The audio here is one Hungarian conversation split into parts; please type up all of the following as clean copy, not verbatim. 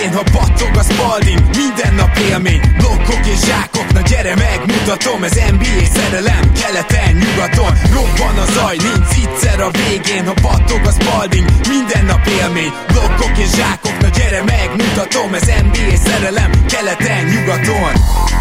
végén, ha battog a Spalding, minden nap élmény, blokkok és zsákok, na gyere megmutatom, ez NBA szerelem, keleten, nyugaton, robban a zaj, nincs egyszer a végén, ha battog a Spalding, minden nap élmény, blokkok és zsákok, na gyere megmutatom, ez NBA szerelem, keleten, nyugaton.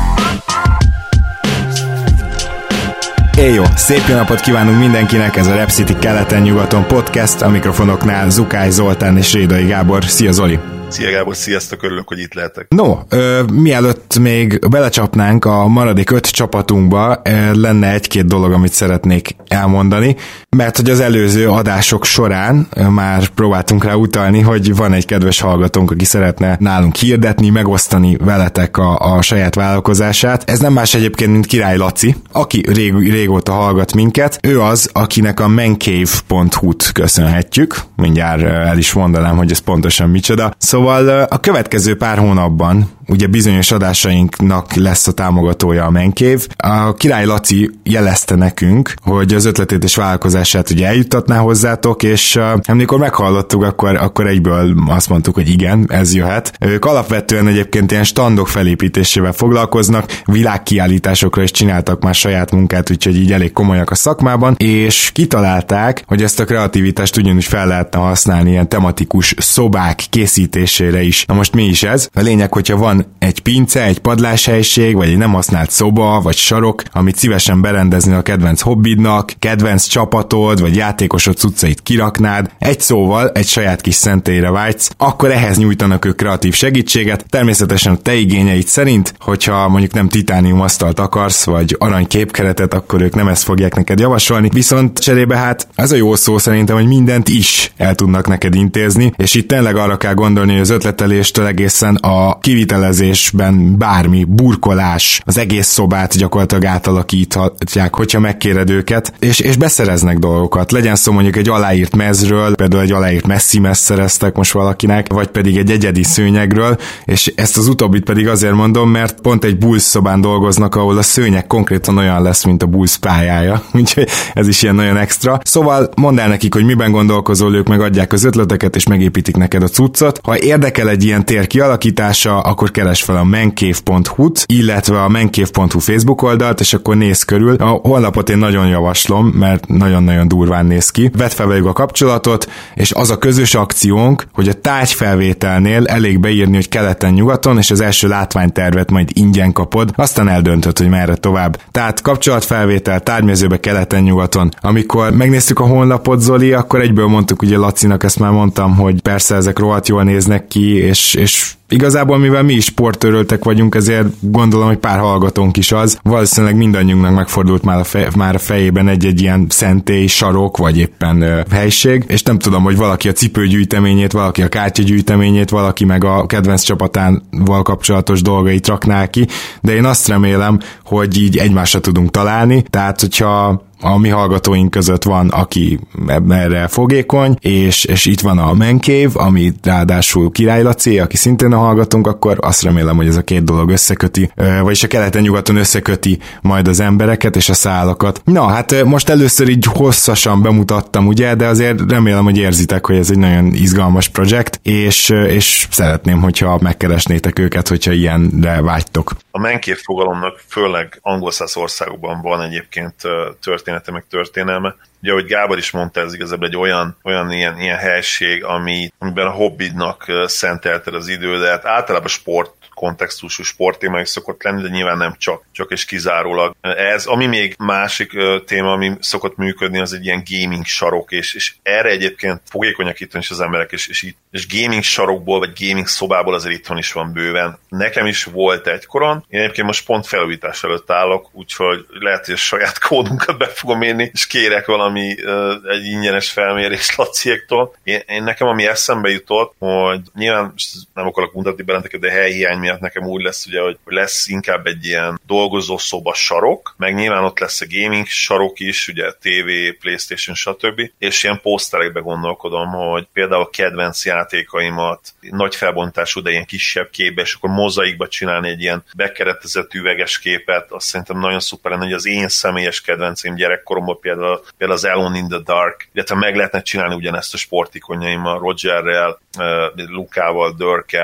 Éjjó, szép jó napot kívánunk mindenkinek, ez a Rap City keleten-nyugaton podcast, a mikrofonoknál Zukály Zoltán és Rédai Gábor. Szia Zoli! Szia Gábor, sziasztok, örülök, hogy itt lehetek. No, mielőtt még belecsapnánk a maradék 5 csapatunkba, lenne egy-két dolog, amit szeretnék elmondani, mert hogy az előző adások során már próbáltunk rá utalni, hogy van egy kedves hallgatónk, aki szeretne nálunk hirdetni, megosztani veletek a saját vállalkozását. Ez nem más egyébként, mint Király Laci, aki régóta hallgat minket. Ő az, akinek a mancave.hu-t köszönhetjük. Mindjárt el is mondanám, hogy ez pontosan micsoda. Szóval a következő pár hónapban ugye bizonyos adásainknak lesz a támogatója a Mancave. A Király Laci jelezte nekünk, hogy az ötletét és vállalkozását ugye eljuttatná hozzátok, és amikor meghallottuk, akkor egyből azt mondtuk, hogy igen, ez jöhet. Ők alapvetően egyébként ilyen standok felépítésével foglalkoznak, világkiállításokra is csináltak már saját munkát, úgyhogy így elég komolyak a szakmában, és kitalálták, hogy ezt a kreativitást ugyanúgy fel lehetne használni ilyen tematikus szobák készítésére is. Na most mi is ez? A lényeg, hogyha van egy pince, egy padláshelyiség, vagy egy nem használt szoba, vagy sarok, amit szívesen berendezni a kedvenc hobbidnak, kedvenc csapatod, vagy játékosod cuccait kiraknád, egy szóval egy saját kis szentélyre vágysz, akkor ehhez nyújtanak ők kreatív segítséget, természetesen a te igényeid szerint, hogyha mondjuk nem titánium asztalt akarsz, vagy arany képkeretet, akkor ők nem ezt fogják neked javasolni, viszont cserébe hát ez a jó szó szerintem, hogy mindent is el tudnak neked intézni, és itt tényleg arra kell gondolni, hogy az ötleteléstől egészen a kivitelezésben bármi, burkolás, az egész szobát gyakorlatilag átalakíthatják, hogyha megkéred őket, és beszereznek dolgokat. Legyen szó mondjuk egy aláírt mezről, például egy aláírt messzi-mez szereztek most valakinek, vagy pedig egy egyedi szőnyegről, és ezt az utóbbit pedig azért mondom, mert pont egy Bulls szobán dolgoznak, ahol a szőnyeg konkrétan olyan lesz, mint a Bulls pályája, úgyhogy ez is ilyen nagyon extra. Szóval mondd el nekik, hogy miben gondolkozol, ők megadják az ötleteket, és megépítik neked a cuccot. Ha érdekel egy ilyen tér kialakítása, akkor keresd fel a mancave.hu-t, illetve a mancave.hu Facebook oldalt, és akkor nézz körül. A honlapot én nagyon javaslom, mert nagyon-nagyon durván néz ki. Vedd fel velük a kapcsolatot, és az a közös akciónk, hogy a tárgyfelvételnél elég beírni, hogy keleten-nyugaton, és az első látványtervet majd ingyen kapod, aztán eldöntöd, hogy merre tovább. Tehát kapcsolatfelvétel, tárgymezőbe keleten-nyugaton. Amikor megnéztük a honlapot, Zoli, akkor egyből mondtuk, ugye Lacinak ezt már mondtam, hogy persze ezek rohadt jól néznek ki, és igazából, mivel mi is sportöröltek vagyunk, ezért gondolom, hogy pár hallgatónk is az. Valószínűleg mindannyiunknak megfordult már a fejében egy ilyen szentély, sarok, vagy éppen helység, és nem tudom, hogy valaki a cipőgyűjteményét, valaki a kártyagyűjteményét, valaki meg a kedvenc csapatával kapcsolatos dolgait rakná ki, de én azt remélem, hogy így egymásra tudunk találni, tehát hogyha a mi hallgatóink között van, aki erre fogékony, és itt van a Mancave, ami ráadásul Király Laci, aki szintén a hallgatónk, akkor azt remélem, hogy ez a két dolog összeköti, vagyis a keleten-nyugaton összeköti majd az embereket és a szálakat. Na, hát most először így hosszasan bemutattam, ugye, de azért remélem, hogy érzitek, hogy ez egy nagyon izgalmas projekt, és szeretném, hogyha megkeresnétek őket, hogyha ilyenre vágytok. A Mancave fogalomnak főleg angolszász országokban van egyébként története meg történelme. Ugye, ahogy Gábor is mondta, ez igazából egy olyan ilyen helység, amiben a hobbidnak szentelted az idő, de hát általában sport kontextusú sporttéma is szokott lenni, de nyilván nem csak és kizárólag. Ez, ami még másik téma, ami szokott működni, az egy ilyen gaming sarok, és erre egyébként fogékonyak itthon is az emberek, és gaming sarokból, vagy gaming szobából azért itthon is van bőven. Nekem is volt egykoron, én egyébként most pont felújítás előtt állok, úgyhogy lehet, hogy a saját kódunkat be fogom írni, és kérek valami egy ingyenes felmérés Laciektól. Én nekem ami eszembe jutott, hogy nyilván nem akarok mutatni benneteket, de helyhiány miatt nekem úgy lesz, ugye, hogy lesz inkább egy ilyen dolgozószoba sarok, meg nyilván ott lesz a gaming sarok is, ugye TV, PlayStation, stb. És ilyen poszterekbe gondolkodom, hogy például a kedvenc játékaimat nagy felbontású, de ilyen kisebb képbe, és akkor mozaikba csinálni egy ilyen bekeretezett üveges képet, azt szerintem nagyon szuper lenne, hogy az én személyes kedvencém gyerekkoromban például az Alone in the Dark, illetve meg lehetne csinálni ugyanezt a sportikonyaimmal, Rogerrel, Lukával, Dirkkel,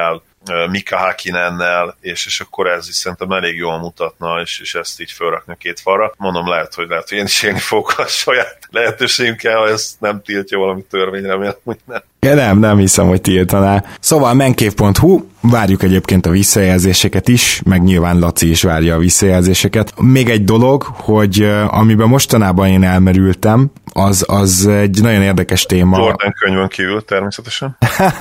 Mika Hakinennel, és akkor ez is szerintem elég jól mutatna, és ezt így felrakni a két falra. Mondom, lehet, hogy én is élni fogok a saját lehetőségünkkel, ha ezt nem tiltja valami törvény, remélem, hogy nem. Nem hiszem, hogy tiltaná. Szóval menkév.hu, várjuk egyébként a visszajelzéseket is, meg nyilván Laci is várja a visszajelzéseket. Még egy dolog, hogy amiben mostanában én elmerültem, az egy nagyon érdekes téma. Jordan könyvön kívül természetesen.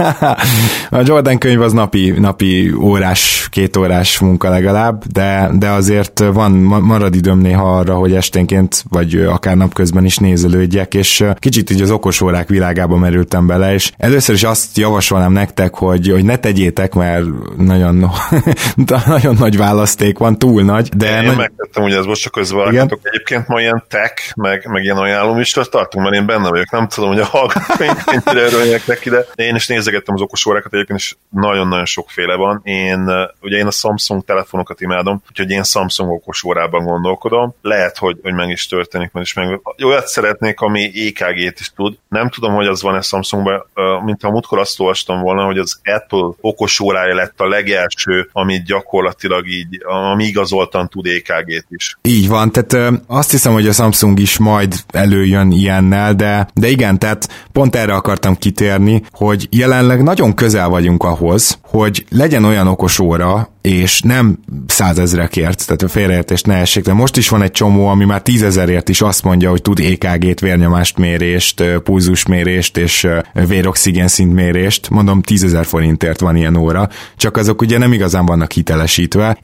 A Jordan könyv az napi órás, 2 órás munka legalább, de azért marad időm néha arra, hogy esténként, vagy akár napközben is nézelődjek, és kicsit így az okosórák világába merültem bele, és először is azt javasolnám nektek, hogy ne tegyétek, mert nagyon, nagyon nagy választék van, túl nagy. De én megtettem, hogy ez most csak közvágtatok. Egyébként ma ilyen tech, meg ilyen ajánlom is tartunk, mert én benne vagyok. Nem tudom, hogy a hallgatóink mennyire örülnek neki, de én is nézegettem az okosórákat, egyébként is nagyon-nagyon sokféle van. Én a Samsung telefonokat imádom, úgyhogy én Samsung okosórában gondolkodom. Lehet, hogy meg is történik, mert is meg olyat szeretnék, ami EKG-t is tud. Nem tudom, hogy az van-e Samsungban, mint ha múltkor azt olvastam volna, hogy az Apple okosórája lett a legelső, amit gyakorlatilag így, ami igazoltan tud EKG-t is. Így van, tehát azt hiszem, hogy a Samsung is majd előjön ilyennel, de igen, tehát pont erre akartam kitérni, hogy jelenleg nagyon közel vagyunk ahhoz, hogy legyen olyan okosóra, és nem 100 000-ekért, tehát a félreértést ne essék, de most is van egy csomó, ami már 10 000-ért is azt mondja, hogy tud EKG-t, vérnyomásmérést, pulzusmérést és véroxigénszintmérést, mondom 10 000 forintért van ilyen óra, csak azok ugye nem igazán vannak hitelesítve,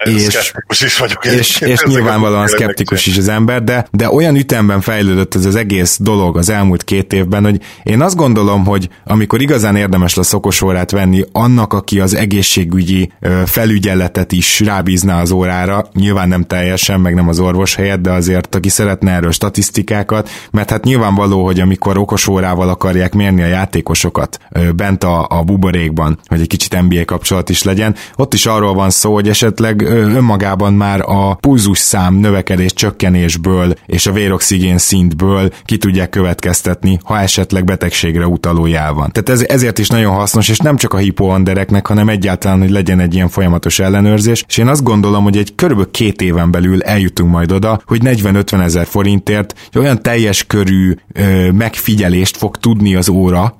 és nyilvánvalóan szkeptikus is az ember, de olyan ütemben fejlődött ez az egész dolog az elmúlt 2 évben, hogy én azt gondolom, hogy amikor igazán érdemes lesz okosórát venni annak, aki az egészségügyi felügyeletet is rábízná az órára, nyilván nem teljesen, meg nem az orvos helyett, de azért aki szeretne erről statisztikákat, mert hát nyilvánvaló, hogy amikor okosórával akarják mérni a játékosokat bent a buborékban, hogy egy kicsit NBA kapcsolat is legyen, ott is arról van szó, hogy esetleg önmagában már a pulzusszám növekedés csökkenésből és a véroxigén szintből ki tudják következtetni, ha esetleg betegségre utaló jel van. Tehát ezért is nagyon hasznos, és nem csak a hipoandereknek, hanem egyáltalán, hogy legyen egy ilyen folyamatos ellenőrzés, és én azt gondolom, hogy egy körülbelül 2 éven belül eljutunk majd oda, hogy 40-50 000 forintért olyan teljes körű megfigyelést fog tudni az óra,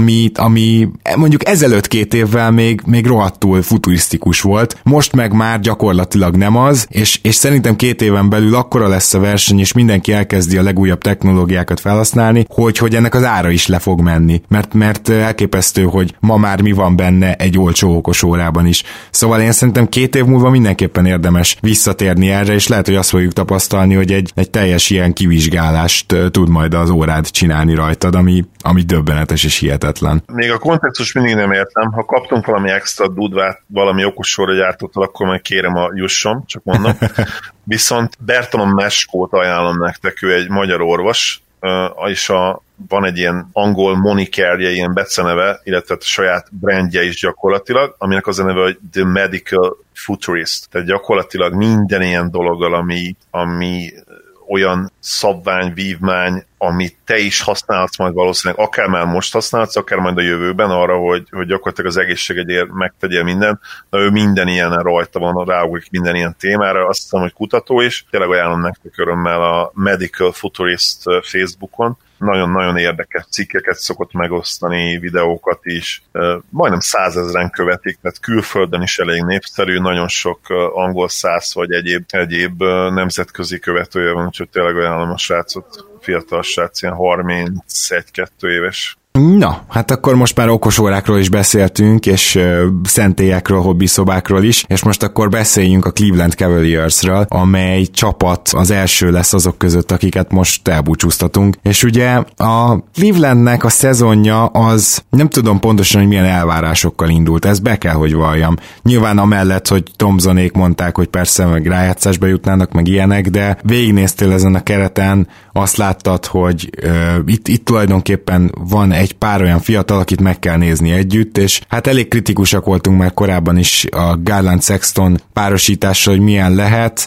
ami mondjuk ezelőtt 2 évvel még rohadtul futurisztikus volt, most meg már gyakorlatilag nem az, és szerintem 2 éven belül akkora lesz a verseny, és mindenki elkezdi a legújabb technológiákat felhasználni, hogy ennek az ára is le fog menni, mert elképesztő, hogy ma már mi van benne egy olcsó okosórában is. Szóval én szerintem 2 év múlva mindenképpen érdemes visszatérni erre, és lehet, hogy azt fogjuk tapasztalni, hogy egy teljes ilyen kivizsgálást tud majd az órád csinálni rajtad, ami döbbenetes és hihetetlen. Még a kontextus mindig nem értem. Ha kaptunk valami extra dudvát, valami okosóra gyártottal, akkor majd kérem a jusson, csak mondom. Viszont Bertalan Meskót ajánlom nektek, ő egy magyar orvos, és van egy ilyen angol monikerje, ilyen beceneve, illetve a saját brandje is gyakorlatilag, aminek az a neve, hogy The Medical Futurist. Tehát gyakorlatilag minden ilyen dologgal, ami olyan szabvány, vívmány, amit te is használhatsz majd valószínűleg, akár már most használhatsz, akár majd a jövőben arra, hogy gyakorlatilag az egészségedért megtegyél mindent, de ő minden ilyen rajta van, ráugrik minden ilyen témára, azt hiszem, hogy kutató is. Tényleg ajánlom nektek örömmel a Medical Futurist Facebookon. Nagyon-nagyon érdekes cikkeket szokott megosztani, videókat is. Majdnem 100 000-en követik, tehát külföldön is elég népszerű, nagyon sok angol száz vagy egyéb nemzetközi követője van, úgyhogy tényleg ajánlom a srácot, fiatal srác, ilyen 31-2 éves. Na, hát akkor most már okosórákról is beszéltünk, és szentélyekről, hobbiszobákról is, és most akkor beszéljünk a Cleveland Cavaliersről, amely csapat az első lesz azok között, akiket most elbúcsúztatunk. És ugye a Clevelandnek a szezonja az, nem tudom pontosan, hogy milyen elvárásokkal indult, ez be kell, hogy valljam. Nyilván amellett, hogy Thompsonék mondták, hogy persze meg rájátszásba jutnának, meg ilyenek, de végignéztél ezen a kereten, azt láttad, hogy itt tulajdonképpen van egy pár olyan fiatal, akit meg kell nézni együtt, és hát elég kritikusak voltunk már korábban is a Garland-Sexton párosításra, hogy milyen lehet,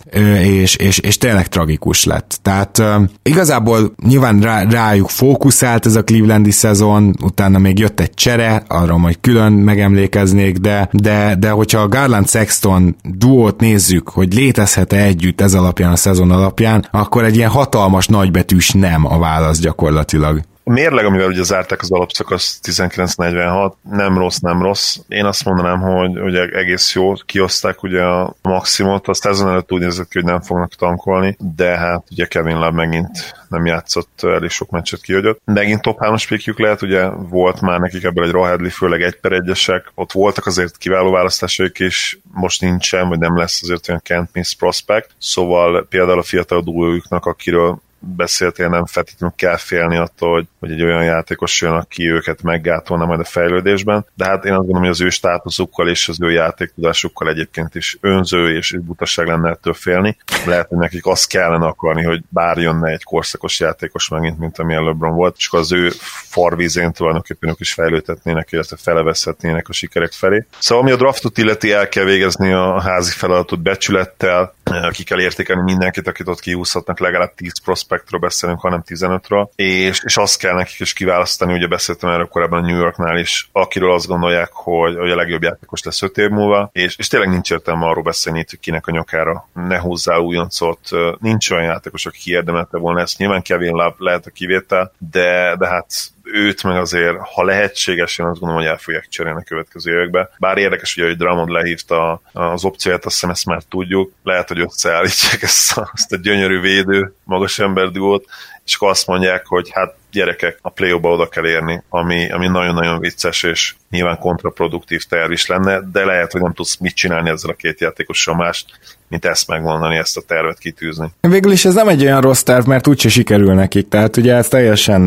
és tényleg tragikus lett. Tehát igazából nyilván rájuk fókuszált ez a Clevelandi szezon, utána még jött egy csere, arra majd külön megemlékeznék, de hogyha a Garland-Sexton duót nézzük, hogy létezhet-e együtt ez alapján, a szezon alapján, akkor egy ilyen hatalmas nagybetűs nem a válasz gyakorlatilag. A mérleg, amivel ugye zárták az alapszakasz 19-46, nem rossz. Én azt mondanám, hogy egész jó, kioszták ugye a maximumot, a szezon előtt úgy nézett ki, hogy nem fognak tankolni, de hát ugye Kevin Love megint nem játszott, elég sok meccset kihagyott. Megint top 3-as pickjük lehet, ugye volt már nekik ebből egy Rahedli, főleg 1/1-esek, ott voltak azért kiváló választásaik is, most nincsen, vagy nem lesz azért olyan can't miss prospect, szóval például a fiatal duójuknak, akiről beszéltél, nem feltétlenül kell félni attól, hogy egy olyan játékos jön, aki őket meggátolna majd a fejlődésben, de hát én azt gondolom, hogy az ő státuszukkal és az ő játéktudásukkal egyébként is önző és butaság lenne ettől félni. Lehet, hogy nekik azt kellene akarni, hogy bár jönne egy korszakos játékos megint, mint amilyen LeBron volt, és akkor az ő farvízén tulajdonképpen ők is fejlődhetnének, illetve felevezhetnének a sikerek felé. Szóval ami a draftot illeti, el kell végezni a házi feladatot becsülettel, ki kell értékelni mindenkit, akit ott kihúzhatnak, legalább 10 prospektről beszélünk, hanem 15-ről, és azt kell nekik is kiválasztani, ugye beszéltem erről korábban a New Yorknál is, akiről azt gondolják, hogy a legjobb játékos lesz 5 év múlva, és tényleg nincs értelme arról beszélni, hogy kinek a nyakára ne húzzál újoncot, nincs olyan játékos, aki kiérdemelte volna ezt, nyilván Kevin Love lehet a kivétel, de hát őt meg azért, ha lehetséges, én azt gondolom, hogy el fogják cserélni a következő évekbe. Bár érdekes, ugye, hogy Drummond lehívta az opcióját, azt hiszem ezt már tudjuk. Lehet, hogy összeállítják ezt a gyönyörű védő magas emberduót, és akkor azt mondják, hogy hát gyerekek, a play-offba oda kell érni, ami nagyon-nagyon vicces, és nyilván kontraproduktív terv is lenne, de lehet, hogy nem tudsz mit csinálni ezzel a két játékossal mást, mint ezt megmondani, ezt a tervet kitűzni. Végül is ez nem egy olyan rossz terv, mert úgyse sikerül nekik, tehát ugye ez teljesen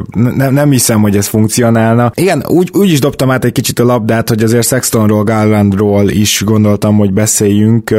nem hiszem, hogy ez funkcionálna. Igen, úgy is dobtam át egy kicsit a labdát, hogy azért Sextonról, Garlandról is gondoltam, hogy beszéljünk.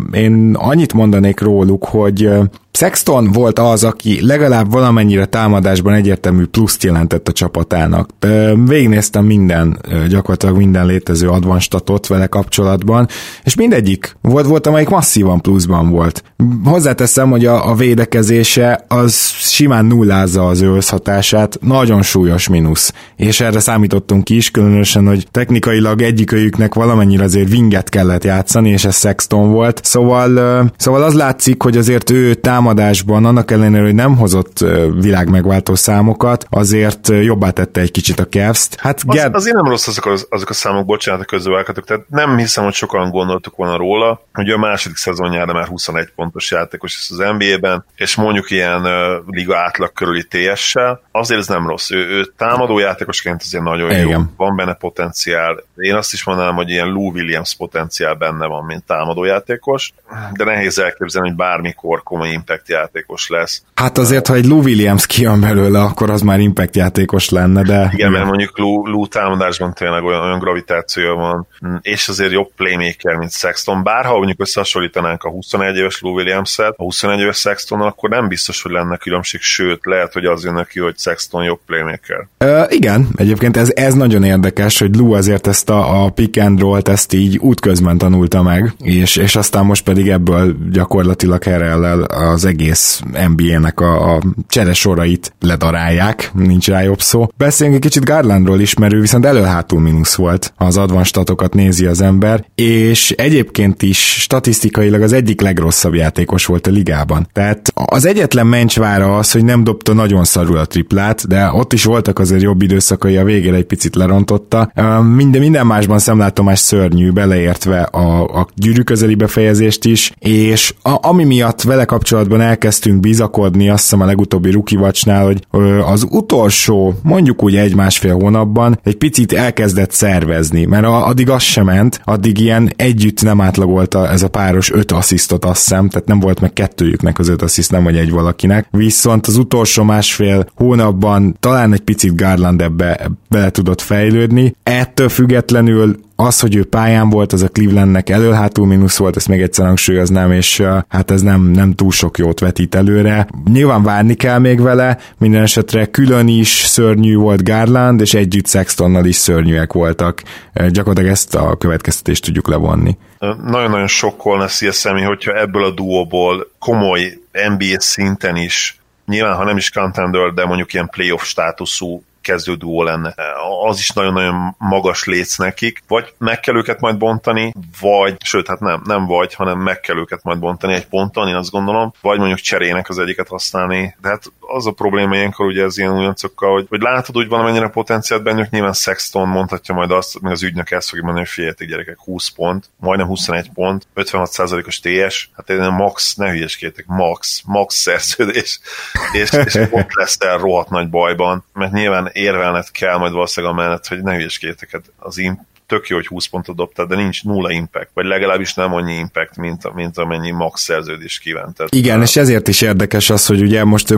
Én annyit mondanék róluk, hogy Sexton volt az, aki legalább valamennyire támadásban egyértelmű pluszt jelentett a csapatának. Végignéztem gyakorlatilag minden létező advanced statot vele kapcsolatban, és mindegyik volt, amelyik masszívan pluszban volt. Hozzáteszem, hogy a védekezése az simán nullázza az ő összhatását, nagyon súlyos mínusz, és erre számítottunk is, különösen, hogy technikailag egyikőjüknek valamennyire azért winget kellett játszani, és ez Sexton volt, szóval az látszik, hogy azért ő támadásban, annak ellenére, hogy nem hozott világmegváltó számokat, azért jobbá tette egy kicsit a Cavs-t. Hát azért nem rossz azok a számok, bocsánat, a közbevághatok, tehát nem hiszem, hogy sokan gondoltuk volna róla, hogy a második szezonjára már 21 pontos játékos lesz az NBA-ben, és mondjuk ilyen liga átlag körüli TS-sel, azért ez nem rossz. Ő támadó játékosként azért nagyon jó, van benne potenciál. Én azt is mondanám, hogy ilyen Lou Williams potenciál benne van, mint támadó játékos, de nehéz elképzelni, hogy bármikor komoly impact játékos lesz. Hát azért, ha egy Lou Williams kijön belőle, akkor az már impact játékos lenne, de... Igen, mert mondjuk Lou támadásban tényleg olyan gravitációja van, és azért jobb playmaker, mint Sexton. Bárha mondjuk összehasonlítanánk a 21 éves Lou Williams-et, a 21 éves Sexton, akkor nem biztos, hogy lenne különbség, sőt, lehet, hogy az jön neki, hogy Sexton jobb playmaker. Igen, egyébként ez nagyon érdekes, hogy Lou azért ezt a pick and roll-t ezt így útközben tanulta meg, és aztán most pedig ebből gyakorlatilag Harrell-el az egész NBA-nek a cseresorait ledarálják, nincs rá jobb szó. Beszéljünk egy kicsit Garlandról is, mert ő viszont elől-hátul mínusz volt, ha az advanced statokat nézi az ember, és egyébként is statisztikailag az egyik legrosszabb játékos volt a ligában. Tehát az egyetlen mencsvára az, hogy nem dobta nagyon szarul a triplát, de ott is voltak azért jobb időszakai, a végére egy picit lerontotta. Minden másban szemlátomás szörnyű, beleértve a gyűrű közeli befejezést is, és ami miatt vele kapcsolatban elkezdtünk bizakodni, azt hiszem a legutóbbi Rookie Watchnál, hogy az utolsó, mondjuk úgy 1-1,5 hónapban egy picit elkezdett szervezni, mert addig az sem ment, addig ilyen együtt nem átlagolta ez a páros 5 asszisztot, azt hiszem, tehát nem volt meg kettőjüknek az 5 assziszt, nem vagy egy valakinek. Viszont az utolsó 1,5 hónapban talán egy picit Garland ebbe bele tudott fejlődni. Ettől függetlenül az, hogy ő pályán volt, az a Clevelandnek elől-hátul mínusz volt, ezt még egyszer hangsúlyoznám, és hát ez nem túl sok jót vetít előre. Nyilván várni kell még vele, minden esetre külön is szörnyű volt Garland, és együtt Sextonnal is szörnyűek voltak. Gyakorlatilag ezt a következtetést tudjuk levonni. Nagyon-nagyon sokkolna CSM, hogyha ebből a duóból komoly NBA szinten is, nyilván ha nem is contender, de mondjuk ilyen playoff státuszú kezdő duó lenne. Az is nagyon-nagyon magas léc nekik, vagy meg kell őket majd bontani, vagy, sőt, hát nem vagy, hanem meg kell őket majd bontani egy ponton, én azt gondolom, vagy mondjuk cserének az egyiket használni. De hát az a probléma ilyenkor ugye ez ilyen újoncokkal, hogy látod úgy valamennyire potenciált bennük, nyilván Sexton mondhatja majd azt, meg az ügynök ezt fogja mondani, hogy figyeljetek gyerekek, 20 pont, majdnem 21 pont, 56%-os TS, hát egy max, ne hülyeskétek, max szerződés, és ott lesz el rohadt nagy bajban, mert nyilván érvelned kell majd valószínűleg amellett, hogy ne hülyeskétek, tök jó, hogy 20 pontot dobtad, de nincs nulla impact, vagy legalábbis nem annyi impact, mint amennyi max szerződés kívánt. Igen, és ezért is érdekes az, hogy ugye most ő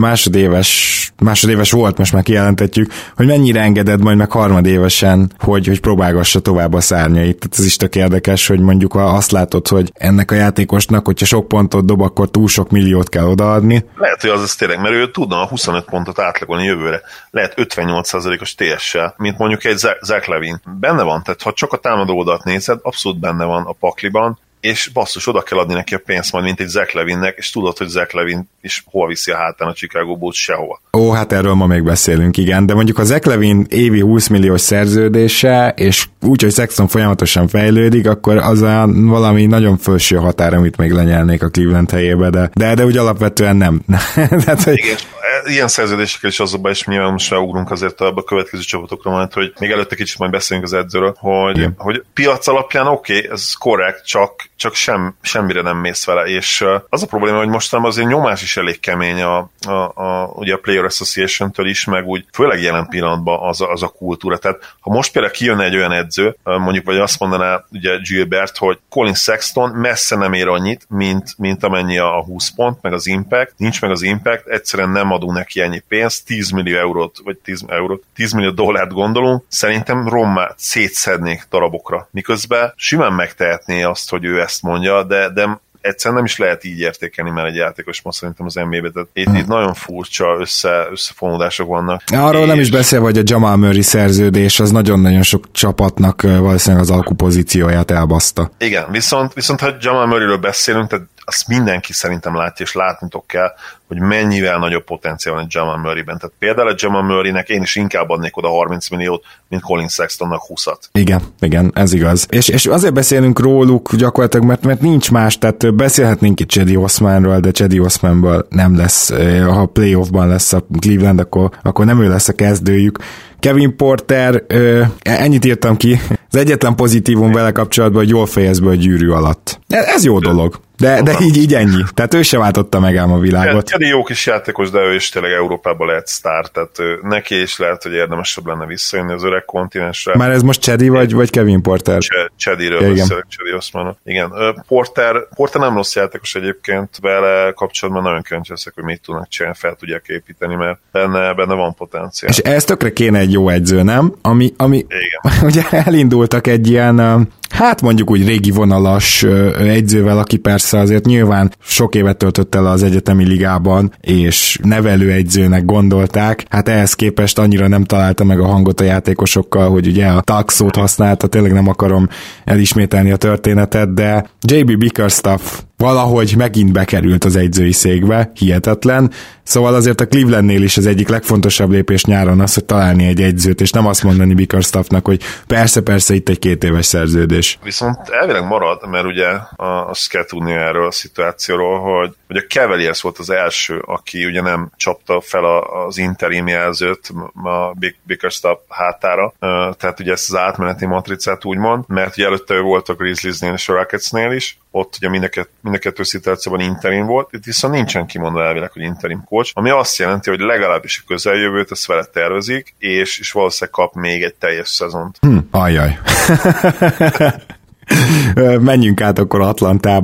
másodéves volt, most már kijelentetjük, hogy mennyire engeded majd meg harmadévesen, hogy próbálgassa tovább a szárnyait. Tehát ez is tök érdekes, hogy mondjuk azt látod, hogy ennek a játékosnak, hogyha sok pontot dob, akkor túl sok milliót kell odaadni. Lehet, hogy az tényleg, mert ő tudna a 25 pontot átlagolni jövőre. Lehet 58%-os TS-sel, mint mondjuk egy Zach Levine. Benne van, tehát ha csak a támadó oldalt nézed, abszolút benne van a pakliban, és basszus, oda kell adni neki a pénzt majd, mint egy Zach Levinnek, és tudod, hogy Zach Levin is hova viszi a hátán a Chicago Bulls, sehova. Ó, hát erről ma még beszélünk, igen, de mondjuk a Zach Levin évi 20 milliós szerződése, és úgy, hogy Sexton folyamatosan fejlődik, akkor az valami nagyon felső határ, amit még lenyelnék a Cleveland helyébe, de úgy alapvetően nem. Tehát, hogy... Igen, ilyen szerződésekkel is azokban, és nyilván most ráugrunk azért a következő csapatokra majd, hogy még előtte kicsit majd beszélünk az edzőről, hogy piac alapján oké, ez korrekt, csak semmire nem mész vele, és az a probléma, hogy mostanában azért nyomás is elég kemény ugye a Player Association-től is, meg úgy főleg jelen pillanatban az a kultúra. Tehát ha most például kijönne egy olyan edző, mondjuk vagy azt mondaná ugye Gilbert, hogy Colin Sexton messze nem ér annyit, mint amennyi a 20 pont, meg az impact, nincs meg az impact, egyszerűen nem adunk neki ennyi pénzt, 10 millió eurót, vagy 10 millió dollárt gondolunk, szerintem rommá szétszednék darabokra. Miközben simán megtehetné azt, hogy ő ezt mondja, de egyszerűen nem is lehet így értékelni, mert egy játékos most szerintem az NBA-be, tehát itt nagyon furcsa összefonódások vannak. Arról nem is beszélve, hogy a Jamal Murray szerződés az nagyon-nagyon sok csapatnak valószínűleg az alkupozícióját elbaszta. Igen, viszont ha Jamal Murrayről beszélünk, tehát azt mindenki szerintem látja, és látnotok kell, hogy mennyivel nagyobb potenciál van egy Jamal Murrayben. Tehát például a Jamal Murraynek én is inkább adnék oda 30 milliót, mint Colin Sextonnak 20-at. Igen, ez igaz. És azért beszélünk róluk gyakorlatilag, mert nincs más, tehát beszélhetnénk itt Cedi Osmanról, de Cedi Osmanból nem lesz, ha playoffban lesz a Cleveland, akkor nem ő lesz a kezdőjük. Kevin Porter, ennyit írtam ki, az egyetlen pozitívum vele kapcsolatban, hogy jól fejez be a gyűrű alatt. Ez jó dolog. De így ennyi. Tehát ő se váltotta meg ám a világot. Cedi jó kis játékos, de ő is tényleg Európában lehet sztár, tehát neki is lehet, hogy érdemesebb lenne visszajönni az öreg kontinensre. Már ez most Cedi vagy Kevin Porter? Cediről beszélek, Cedi Osman. Igen. Porter nem rossz játékos egyébként, vele kapcsolatban nagyon kíváncsi leszek, hogy mit tudnak csinálni, fel tudják építeni, mert benne van potenciál. És ez tökre kéne egy jó edző, nem? Ami ugye elindultak egy ilyen, hát mondjuk úgy régi vonalas egyzővel, aki persze azért nyilván sok évet töltött el az egyetemi ligában, és nevelőegyzőnek gondolták, hát ehhez képest annyira nem találta meg a hangot a játékosokkal, hogy ugye a talk szót használta, tényleg nem akarom elismételni a történetet, de J.B. Bickerstaff valahogy megint bekerült az edzői székbe, hihetetlen. Szóval azért a Clevelandnél is az egyik legfontosabb lépés nyáron az, hogy találni egy edzőt, és nem azt mondani Bickerstaffnak, hogy persze itt egy 2 éves szerződés. Viszont elvileg marad, mert ugye azt kell tudni erről a szituációról, hogy a Cavaliers volt az első, aki ugye nem csapta fel az interim jelzőt a Bickerstaff hátára, tehát ugye ezt az átmeneti matricát úgymond, mert ugye előtte volt a Grizzliesnél és a Rocketsnél is, ott ugye mind a kettő szituációban interim volt, itt viszont nincsen kimondva elvileg, hogy interim coach, ami azt jelenti, hogy legalábbis a közeljövőt ezt vele tervezik, és valószínűleg kap még egy teljes szezont. Ajjaj. Menjünk át akkor Atlantába.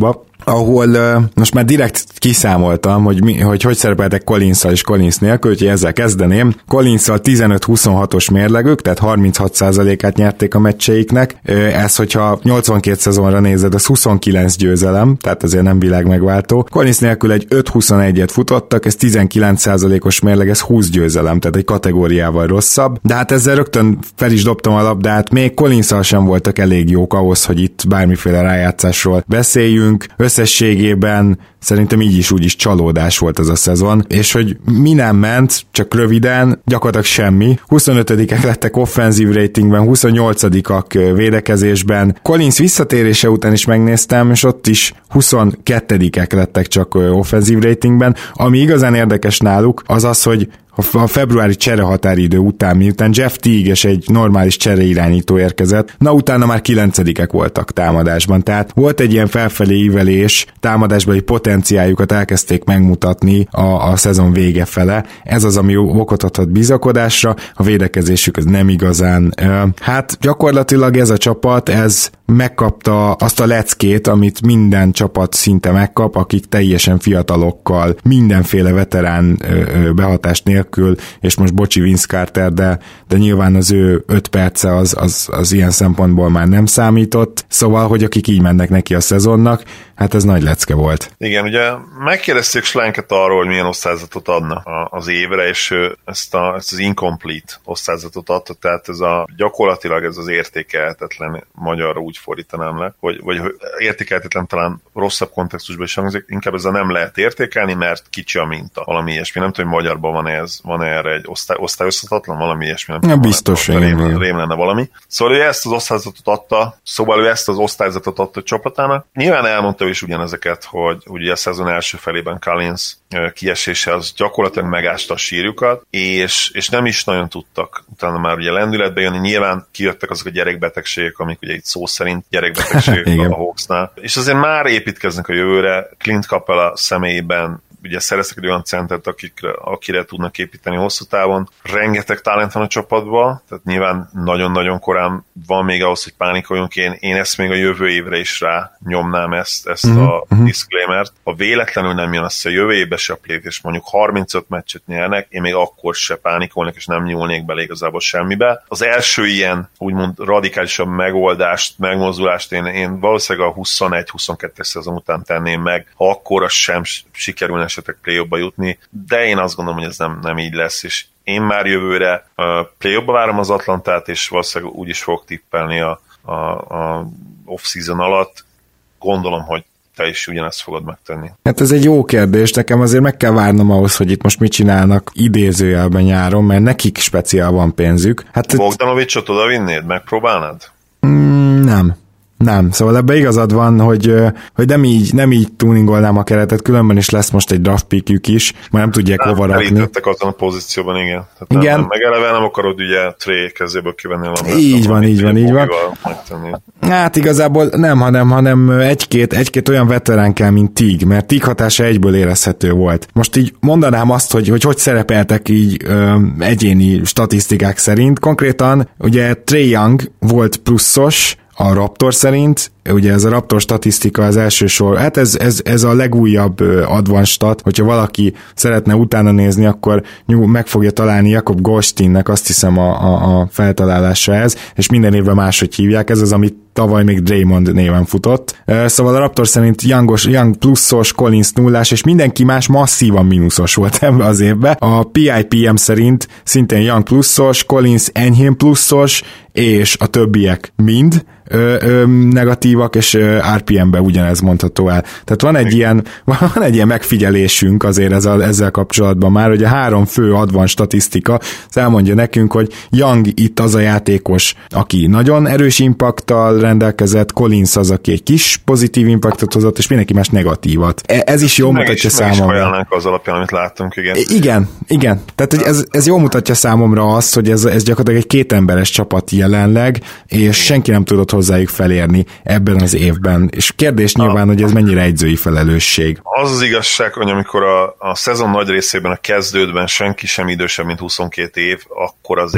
ahol most már direkt kiszámoltam, hogy szerepeltek Collinsszal és Collins nélkül, úgyhogy ezzel kezdeném. Collinsszal 15-26-os mérlegük, tehát 36%-át nyerték a meccseiknek. Ez, hogyha 82 szezonra nézed, az 29 győzelem, tehát azért nem világ megváltó. Collins nélkül egy 5-21-et futottak, ez 19%-os mérleg, ez 20 győzelem, tehát egy kategóriával rosszabb. De hát ezzel rögtön fel is dobtam a labdát, még Collinsszal sem voltak elég jók ahhoz, hogy itt bármiféle rájátszásról beszéljünk. Összességében szerintem így is úgy is csalódás volt az a szezon, és hogy mi nem ment, csak röviden, gyakorlatilag semmi. 25-ek lettek offenzív ratingben, 28-ak védekezésben. Collins visszatérése után is megnéztem, és ott is 22-ek lettek csak offenzív ratingben. Ami igazán érdekes náluk, az az, hogy a februári cserehatáridő után, miután Jeff Teague és egy normális csereirányító érkezett, na utána már 9-ek voltak támadásban. Tehát volt egy ilyen felfelé ívelés, támadásbeli potenciáljukat elkezdték megmutatni a szezon vége fele. Ez az, ami okot adhat bizakodásra, a védekezésük az nem igazán. Hát gyakorlatilag ez a csapat, ez megkapta azt a leckét, amit minden csapat szinte megkap, akik teljesen fiatalokkal, mindenféle veterán behatást nélkül, és most bocsi Vince Carter, de nyilván az ő 5 perce az ilyen szempontból már nem számított, szóval, hogy akik így mennek neki a szezonnak, hát ez nagy lecke volt. Igen, ugye megkérdezték Schlenket arról, hogy milyen osztályzatot adna az évre, és ezt az incomplete osztályzatot adta, tehát gyakorlatilag ez az értékelhetetlen, magyarra úgy fordítanám le, vagy értékelhetetlen talán rosszabb kontextusban is hangzik, inkább ez nem lehet értékelni, mert kicsi a minta, valami ilyesmi. Nem tudom, hogy magyarban van erre egy osztályozhatatlan, valami ilyesmi. Nem tudom, biztos, rém lenne valami. Szóval ő ezt az osztályzatot adta a csapatának. Nyilván elmondta is ugyanezeket, hogy ugye a szezon első felében Collins kiesése az gyakorlatilag megásta a sírjukat, és nem is nagyon tudtak utána már ugye lendületbe jönni. Nyilván kijöttek azok a gyerekbetegségek, amik ugye itt szó szerint gyerekbetegségek a Hawksnál. És azért már építkeznek a jövőre. Clint Capela személyében ugye szereztek egy olyan centert, akire tudnak építeni hosszú távon. Rengeteg talent van a csapatban, tehát nyilván nagyon-nagyon korán van még ahhoz, hogy pánikoljunk. Én ezt még a jövő évre is rá nyomnám ezt a disclaimert. Ha véletlenül nem jön össze a jövő évbe se a play, és mondjuk 35 meccset nyernek, én még akkor se pánikolnék, és nem nyúlnék bele igazából semmibe. Az első ilyen úgymond radikálisabb megmozdulást én valószínűleg a 21-22-es szezon után tenném meg, ha akkor az sem sikerülne esetleg play-offba jutni, de én azt gondolom, hogy ez nem így lesz, és én már jövőre play-offba várom az Atlantát, és valószínűleg úgy is fogok tippelni a off-season alatt. Gondolom, hogy te is ugyanezt fogod megtenni. Hát ez egy jó kérdés, nekem azért meg kell várnom ahhoz, hogy itt most mit csinálnak idézőjelben nyáron, mert nekik speciál van pénzük. Hát Bogdanovicsot oda vinnéd? Megpróbálnád? Nem, szóval ebbe igazad van, hogy nem így tuningolnám a keretet, különben is lesz most egy draft pickjük is, már nem tudják hova rakni. Elítettek azon a pozícióban, igen. Tehát igen. Meg eleve nem akarod ugye Trey kezéből kivenni a labdát. Így van. Hát igazából nem, hanem egy-két olyan veterán kell, mint Teague, mert Teague hatása egyből érezhető volt. Most így mondanám azt, hogy szerepeltek így egyéni statisztikák szerint. Konkrétan ugye Trae Young volt pluszos, a Raptor szerint, ugye ez a Raptor statisztika az első sor, hát ez a legújabb advanced stat, hogyha valaki szeretne utána nézni, akkor meg fogja találni Jakob Goldsteinnek, azt hiszem a feltalálása ez, és minden évben máshogy hívják, ez az, amit tavaly még Draymond néven futott. Szóval a Raptor szerint Young pluszos, Collins nullás, és mindenki más masszívan mínuszos volt ebben az évben. A PIPM szerint szintén Young pluszos, Collins enyhén pluszos, és a többiek mind negatívak, és RPM-ben ugyanez mondható el. Tehát van egy ilyen megfigyelésünk azért ezzel kapcsolatban már, hogy a 3 fő advanced statisztika az elmondja nekünk, hogy Young itt az a játékos, aki nagyon erős impacttal rendelkezett, Collins az, aki egy kis pozitív impactot hozott, és mindenki más negatívat. Ez is jól mutatja számomra. Meg is az alapján, amit láttunk, igen. Tehát hogy ez jól mutatja számomra azt, hogy ez gyakorlatilag egy 2 emberes csapat jelenleg, és senki nem tudott hozzájuk felérni ebben az évben. És kérdés nyilván, hogy ez mennyire edzői felelősség. Az az igazság, hogy amikor a szezon nagy részében a kezdődben senki sem idősebb, mint 22 év, akkor azért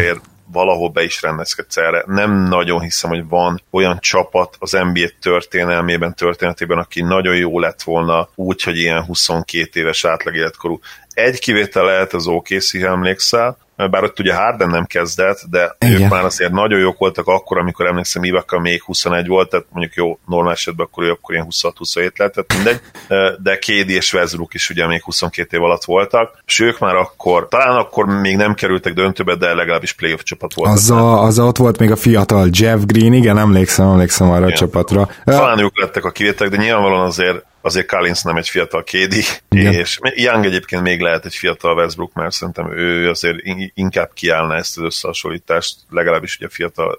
valahol be is rendezkedsz erre. Nem nagyon hiszem, hogy van olyan csapat az NBA történetében, aki nagyon jó lett volna úgy, hogy ilyen 22 éves átlagéletkorú. Egy kivétel lehet az OKC, ha emlékszel, bár ott ugye Harden nem kezdett, de ők már azért nagyon jók voltak akkor, amikor emlékszem, Ibaka még 21 volt, tehát mondjuk jó, normál esetben akkor ő akkor ilyen 26-27 lett, tehát mindegy, de KD és Westbrook is ugye még 22 év alatt voltak, és ők már akkor, talán akkor még nem kerültek döntőbe, de legalábbis playoff csapat volt. Az ott volt még a fiatal Jeff Green, igen, emlékszem arra a csapatra. Talán ők lettek a kivételek, de nyilvánvalóan azért Collins nem egy fiatal KD, és Young egyébként még lehet egy fiatal Westbrook, mert szerintem ő azért inkább kiállna ezt az összehasonlítást, legalábbis ugye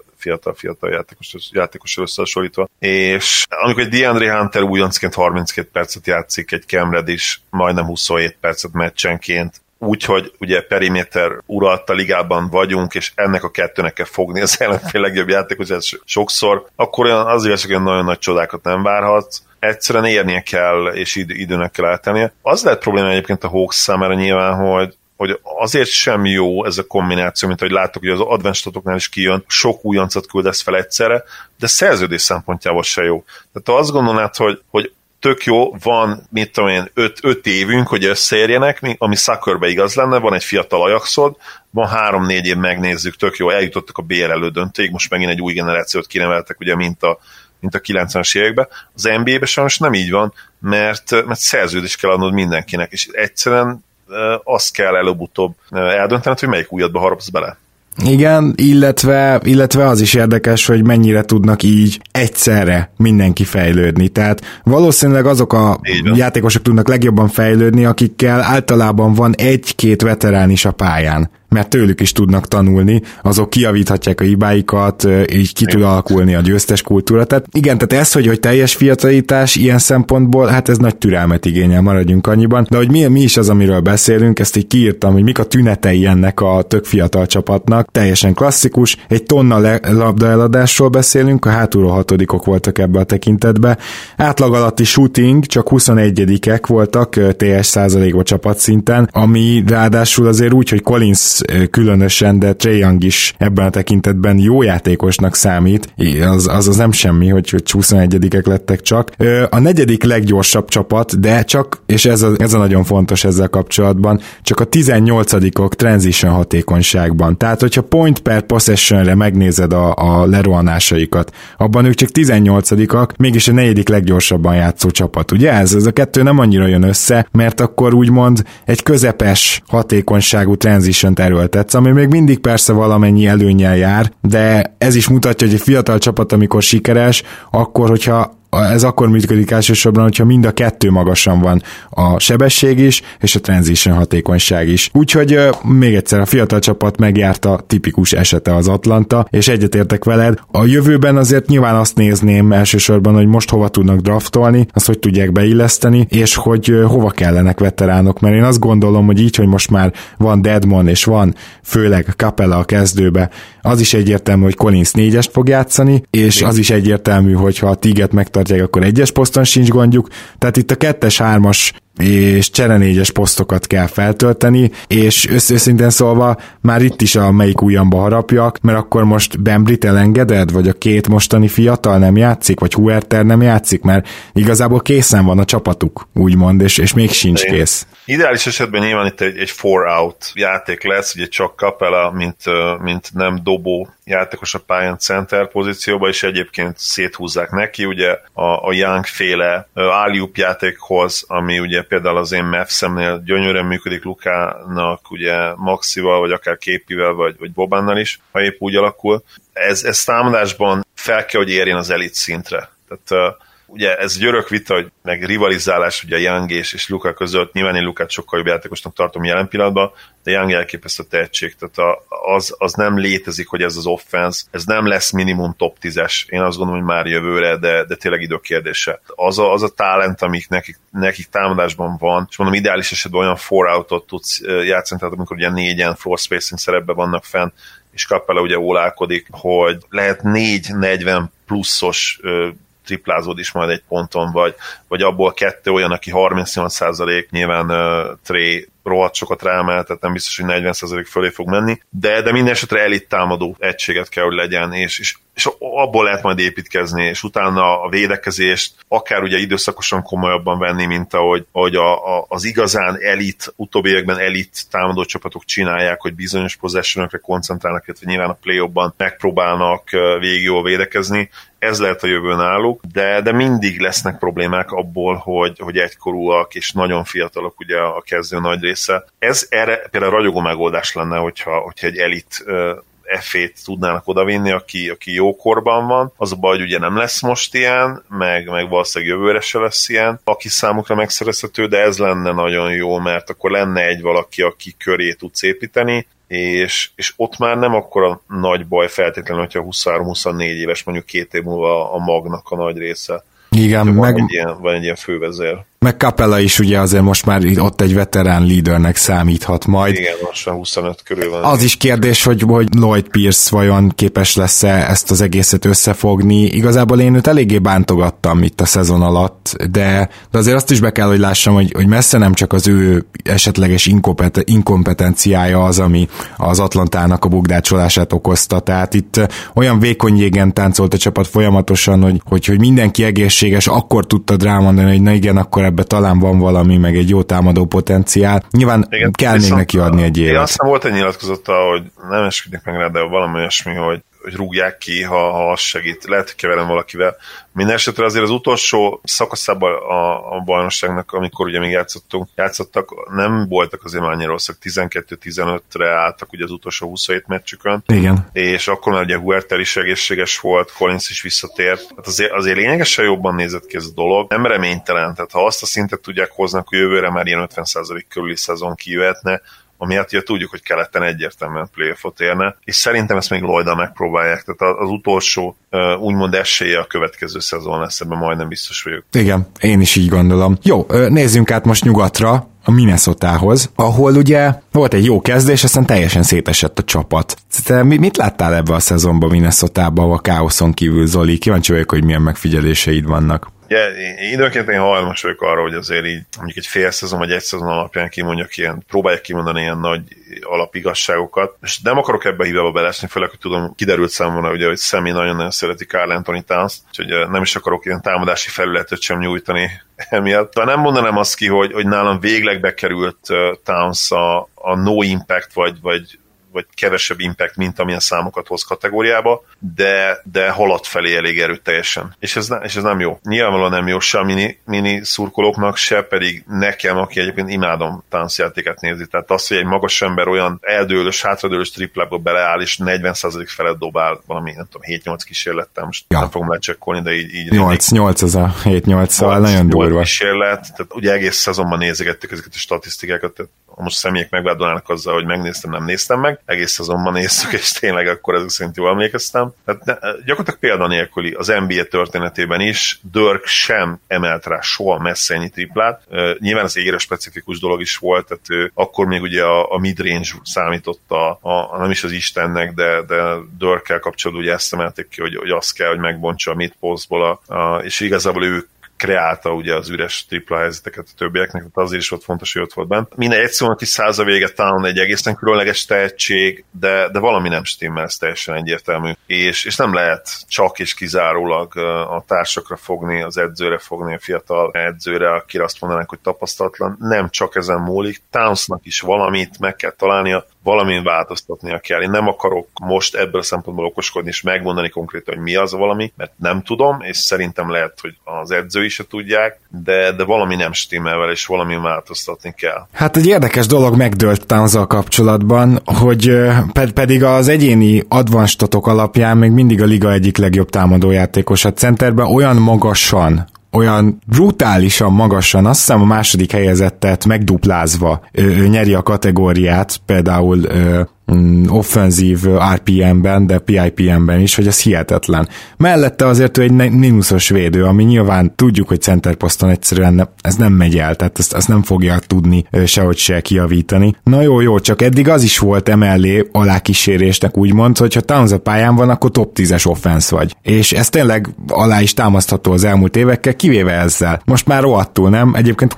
fiatal játékos összehasonlítva. És amikor egy DeAndre Hunter újoncként 32 percet játszik, egy Cam Reddish majdnem 27 percet meccsenként, úgyhogy ugye periméter uralta ligában vagyunk, és ennek a kettőnek kell fogni az ellenfél legjobb játékosát sokszor, akkor az igazság, hogy nagyon nagy csodákat nem várhatsz. Egyszerűen érnie kell, és időnek kell eltennie. Az lehet probléma egyébként a Hawks számára nyilván, hogy azért sem jó ez a kombináció, mint ahogy láttuk, hogy az advanced statoknál is kijön, sok újoncot küldesz fel egyszerre, de szerződés szempontjából se jó. Tehát azt gondolnád, hogy tök jó, van, mit tudom én, 5 évünk, hogy összeérjenek, ami Sackerbe igaz lenne, van egy fiatal Ajaxod, van 3-4 év, megnézzük, tök jó, eljutottak a BL elődöntőig, most megint egy új generációt kineveltek, ugye, mint a 90-es években. Az NBA-ben sajnos nem így van, mert szerződést kell adnod mindenkinek, és egyszerűen azt kell előbb-utóbb eldöntened, hogy melyik újadba harapsz bele. Igen, illetve az is érdekes, hogy mennyire tudnak így egyszerre mindenki fejlődni. Tehát valószínűleg azok a játékosok tudnak legjobban fejlődni, akikkel általában van 1-2 veterán is a pályán, mert tőlük is tudnak tanulni, azok kijavíthatják a hibáikat, így ki tud alakulni a győztes kultúra. Tehát igen, tehát ez, hogy teljes fiatalítás ilyen szempontból, hát ez nagy türelmet igényel, maradjunk annyiban, de hogy mi is az, amiről beszélünk, ezt így kiírtam, hogy mik a tünetei ennek a tök fiatal csapatnak, teljesen klasszikus, egy tonna labda eladásról beszélünk, a hátulról 6-ok voltak ebbe a tekintetbe, átlag alatti shooting, csak 21-ek voltak TS százalékban csapatszinten, ami ráadásul azért úgy, hogy Collins különösen, de Trae Young is ebben a tekintetben jó játékosnak számít, az nem semmi, hogy 21-ek lettek csak. A 4. leggyorsabb csapat, de csak, és ez a nagyon fontos ezzel kapcsolatban, csak a 18-ok transition hatékonyságban. Tehát, hogyha point per possessionre megnézed a lerohanásaikat, abban ők csak 18-ak, mégis a 4. leggyorsabban játszó csapat. Ugye ez a kettő nem annyira jön össze, mert akkor úgymond egy közepes hatékonyságú transition erőltetsz, ami még mindig persze valamennyi előnnyel jár, de ez is mutatja, hogy egy fiatal csapat, amikor sikeres, akkor, hogyha ez akkor működik elsősorban, hogyha mind a kettő magasan van, a sebesség is, és a transition hatékonyság is. Úgyhogy még egyszer a fiatal csapat megjárta, tipikus esete az Atlanta, és egyetértek veled. A jövőben azért nyilván azt nézném elsősorban, hogy most hova tudnak draftolni, azt hogy tudják beilleszteni, és hogy hova kellenek veteránok, mert én azt gondolom, hogy így, hogy most már van Dedmon, és van főleg Capella a kezdőbe, az is egyértelmű, hogy Collins 4-est fog játszani, és az is egyértelmű, hogy ha a Tiget megtartják, akkor 1-es poszton sincs gondjuk, tehát itt a 2-es, 3-as és csere 4-es posztokat kell feltölteni, és őszintén szólva már itt is a melyik ujjamba harapjak, mert akkor most Bembryt elengeded, vagy a 2 mostani fiatal nem játszik, vagy Huerter nem játszik, mert igazából készen van a csapatuk, úgymond, és még sincs kész. Ideális esetben nyilván itt egy 4-out játék lesz, ugye csak Capella, mint nem dobó játékos a pályán center pozícióba, és egyébként széthúzzák neki, ugye a Young féle alley-oop játékhoz, ami ugye például az én Mavs-emnél gyönyörűen működik Lukának, ugye Maxival, vagy akár Képivel, vagy Bobánnal is, ha épp úgy alakul. Ez támadásban fel kell, hogy érjen az elit szintre. Tehát ugye ez egy örök vita, hogy meg rivalizálás ugye Young és Luka között, nyilván én Lukát sokkal jobb játékosnak tartom jelen pillanatban, de Young elképesztő tehetség, tehát az nem létezik, hogy ez az offense, ez nem lesz minimum top 10-es, én azt gondolom, hogy már jövőre, de tényleg idő kérdése. Az a talent, amik nekik támadásban van, és mondom, ideális esetben olyan 4-outot tudsz játszani, tehát amikor ugye 4-en floor spacing szerepben vannak fenn, és Capella ugye ólálkodik, hogy lehet 4-40 pluszos triplázód is majd egy ponton, vagy abból 2 olyan, aki 38%, nyilván Trey rohadt sokat ráemel, tehát nem biztos, hogy 40% fölé fog menni, de minden esetre elit támadó egységet kell, hogy legyen, és abból lehet majd építkezni, és utána a védekezést akár ugye időszakosan komolyabban venni, mint ahogy az igazán elit, utóbbi években elit támadó csapatok csinálják, hogy bizonyos possessionokra koncentrálnak, illetve nyilván a play-offban megpróbálnak végig jól védekezni. Ez lehet a jövő náluk, de mindig lesznek problémák abból, hogy egykorúak és nagyon fiatalok ugye a kezdő nagy része. Ez erre például ragyogó megoldás lenne, hogyha egy elit F-ét tudnának odavinni, aki jó korban van. Az a baj, hogy ugye nem lesz most ilyen, meg valószínűleg jövőre se lesz ilyen, aki számukra megszerezhető, de ez lenne nagyon jó, mert akkor lenne egy valaki, aki köré tudsz építeni, és ott már nem akkora nagy baj feltétlenül, hogyha 23-24 éves, mondjuk 2 év múlva a magnak a nagy része. Igen, van egy ilyen fővezér. Meg Capella is ugye azért most már ott egy veterán leadernek számíthat majd. Igen, most 25 körül van. Az is kérdés, hogy Lloyd Pierce vajon képes lesz-e ezt az egészet összefogni. Igazából én őt eléggé bántogattam itt a szezon alatt, de azért azt is be kell, hogy lássam, hogy messze nem csak az ő esetleges inkompetenciája az, ami az Atlantának a bukdácsolását okozta. Tehát itt olyan vékony jégen táncolt a csapat folyamatosan, hogy mindenki egészséges, akkor tudtad rámondani, hogy na igen, akkor ebbe talán van valami, meg egy jó támadó potenciál. Nyilván igen, kell még neki adni egy évet. Aztán volt egy nyilatkozata, hogy nem esküdnék meg rá, de valami olyasmi, hogy rúgják ki, ha az segít. Lehet, hogy keverem valakivel. Minden esetre azért az utolsó szakaszában a bajnokságnak, amikor ugye még játszottak, nem voltak azért annyira rosszak. 12-15-re álltak ugye az utolsó 27 meccsükön. Igen. És akkor már ugye Huerter is egészséges volt, Collins is visszatért. Hát azért lényegesen jobban nézett ki ez a dolog. Nem reménytelen, tehát ha azt a szintet tudják hozni, akkor jövőre már ilyen 50% körüli szezon kijöhetne, amiatt ugye tudjuk, hogy keleten egyértelműen playoffot érne, és szerintem ezt még Lloyd-dal megpróbálják, tehát az utolsó úgymond esélye a következő szezon lesz, ebben majdnem biztos vagyok. Igen, én is így gondolom. Jó, nézzünk át most nyugatra, a Minnesotához, ahol ugye volt egy jó kezdés, aztán teljesen szétesett a csapat. Te mit láttál ebbe a szezonban Minnesotában, a káoszon kívül, Zoli? Kíváncsi vagyok, hogy milyen megfigyeléseid vannak. Időnként én hajlamos vagyok arra, hogy azért így mondjuk egy fél szezon vagy egy szezon alapján próbálják kimondani ilyen nagy alapigazságokat. És nem akarok ebbe a hibába belesni, főleg, hogy tudom, kiderült számomra, ugye, hogy Sammy nagyon-nagyon szereti Karl Anthony Towns, úgyhogy nem is akarok ilyen támadási felületet sem nyújtani emiatt. De nem mondanám azt ki, hogy nálam végleg bekerült Towns a no impact, vagy kevesebb impact, mint amilyen számokat hoz kategóriába, de halad felé elég erőteljesen. És ez nem jó. Nyilvánvalóan nem jó se a mini szurkolóknak, se pedig nekem, aki egyébként imádom táncjátékát nézi. Tehát az, hogy egy magas ember olyan eldőlős, hátradőlős triplába beleáll, és 40% felett dobál valami, nem tudom, 7-8 kísérlettel, most nem fogom lecsekkolni, de így 8 az a 7-8, szóval nagyon durva. Kísérlet, tehát ugye egész szezonban nézegettük ezeket a statisztikákat, tehát most személyek megvádolnának azzal, hogy megnéztem, nem néztem meg, egész szezonban néztük, és tényleg akkor ezek szerint jól emlékeztem. Tehát gyakorlatilag példanélküli az NBA történetében is, Dirk sem emelt rá soha messze ennyi triplát. Nyilván az égre specifikus dolog is volt, tehát ő akkor még ugye a midrange számította nem is az Istennek, de Dirkkel kapcsolatban ugye ezt emelték ki, hogy az kell, hogy megbontsa a mid-postból, és igazából ő kreálta ugye az üres tripla helyzeteket a többieknek, tehát azért is volt fontos, hogy ott volt bent. Minden egy szónak is 100 a vége, Town egy egészen különleges tehetség, de valami nem stimmel, ez teljesen egyértelmű. És nem lehet csak és kizárólag a társakra fogni, az edzőre fogni, a fiatal edzőre, akire azt mondanánk, hogy tapasztalatlan. Nem csak ezen múlik, Townsnak is valamit meg kell találnia, valamin változtatnia kell. Én nem akarok most ebből a szempontból okoskodni és megmondani konkrétan, hogy mi az a valami, mert nem tudom, és szerintem lehet, hogy az edző is se tudják, de valami nem stimmel vele, és valamin változtatni kell. Hát egy érdekes dolog megdőlt Townssal kapcsolatban, hogy pedig az egyéni advanstatok alapján még mindig a liga egyik legjobb támadójátékos. A centerben olyan magasan, olyan brutálisan magasan, azt hiszem a második helyezettet megduplázva ő nyeri a kategóriát, például offenzív RPM-ben, de PIPM-ben is, hogy az hihetetlen. Mellette azért ő egy mínuszos védő, ami nyilván tudjuk, hogy center poszton egyszerűen ez nem megy el, tehát ezt nem fogja tudni sehogy se kijavítani. Na jó, csak eddig az is volt emellé alákísérésnek úgymond, hogyha Towns a pályán van, akkor top 10-es offense vagy. És ez tényleg alá is támasztható az elmúlt évekkel, kivéve ezzel. Most már rohadtul, nem? Egyébként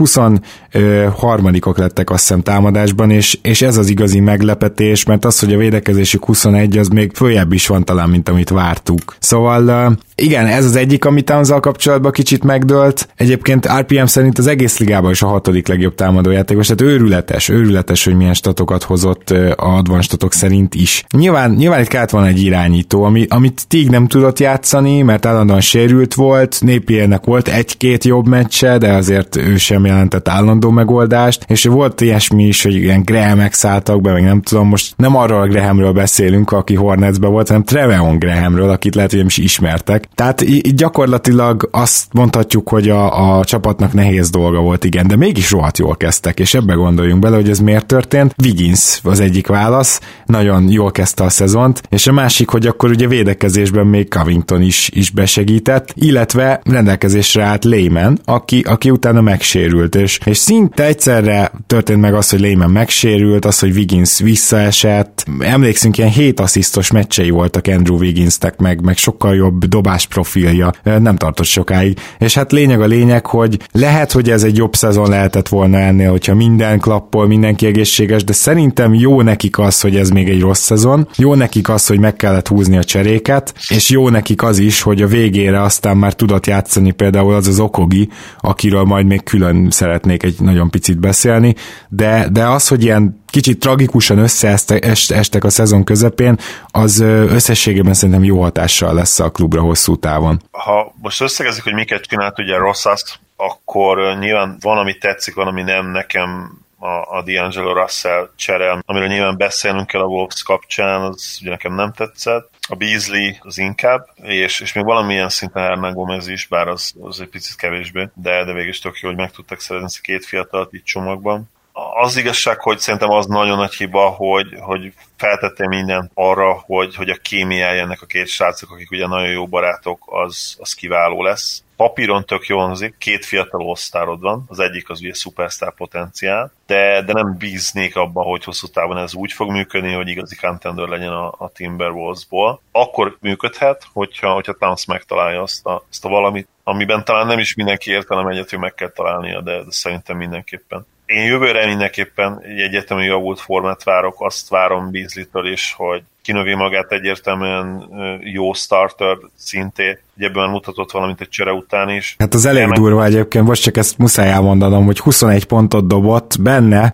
23-ok lettek azt hiszem támadásban, és ez az igazi meglepetés, mert az, hogy a védekezésük 21, az még följebb is van talán, mint amit vártuk. Szóval igen, ez az egyik, ami Townssal kapcsolatban kicsit megdőlt. Egyébként RPM szerint az egész ligában is a 6. legjobb támadójátékos, tehát őrületes, hogy milyen statokat hozott a advanced statok szerint is. Nyilván itt kellett volna egy irányító, amit Teague nem tudott játszani, mert állandóan sérült volt, Napiernek volt egy-két jobb meccse, de azért ő sem jelentett állandó megoldást, és volt ilyesmi is, hogy ilyen Graham-ek szálltak be, meg nem tudom, most nem arról a Grahamről beszélünk, aki Hornetsben volt, hanem Treveon Grahamről, akit lehet, hogy nem is ismertek. Tehát így gyakorlatilag azt mondhatjuk, hogy a csapatnak nehéz dolga volt, igen, de mégis rohadt jól kezdtek, és ebbe gondoljunk bele, hogy ez miért történt. Wiggins az egyik válasz, nagyon jól kezdte a szezont, és a másik, hogy akkor ugye védekezésben még Covington is besegített, illetve rendelkezésre állt Layman, aki utána megsérült, és szinte egyszerre történt meg az, hogy Layman megsérült, az, hogy Wiggins visszaesett. Emlékszünk, ilyen 7 asszisztos meccsei voltak Andrew Wigginsnek, meg sokkal jobb dobás profilja, nem tartott sokáig. És hát lényeg, hogy lehet, hogy ez egy jobb szezon lehetett volna ennél, hogyha minden klappol, mindenki egészséges, de szerintem jó nekik az, hogy ez még egy rossz szezon, jó nekik az, hogy meg kellett húzni a cseréket, és jó nekik az is, hogy a végére aztán már tudott játszani például az Okogie, akiről majd még külön szeretnék egy nagyon picit beszélni, de az, hogy ilyen kicsit tragikusan összeestek a szezon közepén, az összességében szerintem jó hatással lesz a klubra hosszú távon. Ha most összegezzük, hogy miket csinált ugye Rossas, akkor nyilván van, ami tetszik, van, ami nem. Nekem a D'Angelo Russell csere, amiről nyilván beszélnünk kell a Wolves kapcsán, az ugye nekem nem tetszett. A Beasley az inkább, és még valamilyen szinten Hernán Gomez is, bár az egy picit kevésbé, de végül is tök jó, hogy meg tudtak szerezni ezt a két fiatalt itt csomagban. Az igazság, hogy szerintem az nagyon nagy hiba, hogy feltettem mindent arra, hogy a kémiája ennek a két srácok, akik ugye nagyon jó barátok, az kiváló lesz. Papíron tök jól hangzik, két fiatal osztárod van, az egyik az ugye szupersztár potenciál, de nem bíznék abba, hogy hosszú távon ez úgy fog működni, hogy igazi contender legyen a Timberwolvesból. Akkor működhet, hogyha Towns megtalálja azt a valamit, amiben talán nem is mindenki értelem egyet, hogy meg kell találnia, de szerintem mindenképpen. Én jövőre mindenképpen egy egyértelmű javult formát várok, azt várom Beasley-től is, hogy kinövi magát egyértelműen jó starter szinté, ugye ebben mutatott valamint egy csere után is. Hát az elég durva egyébként, most csak ezt muszáj elmondanom, hogy 21 pontot dobott, benne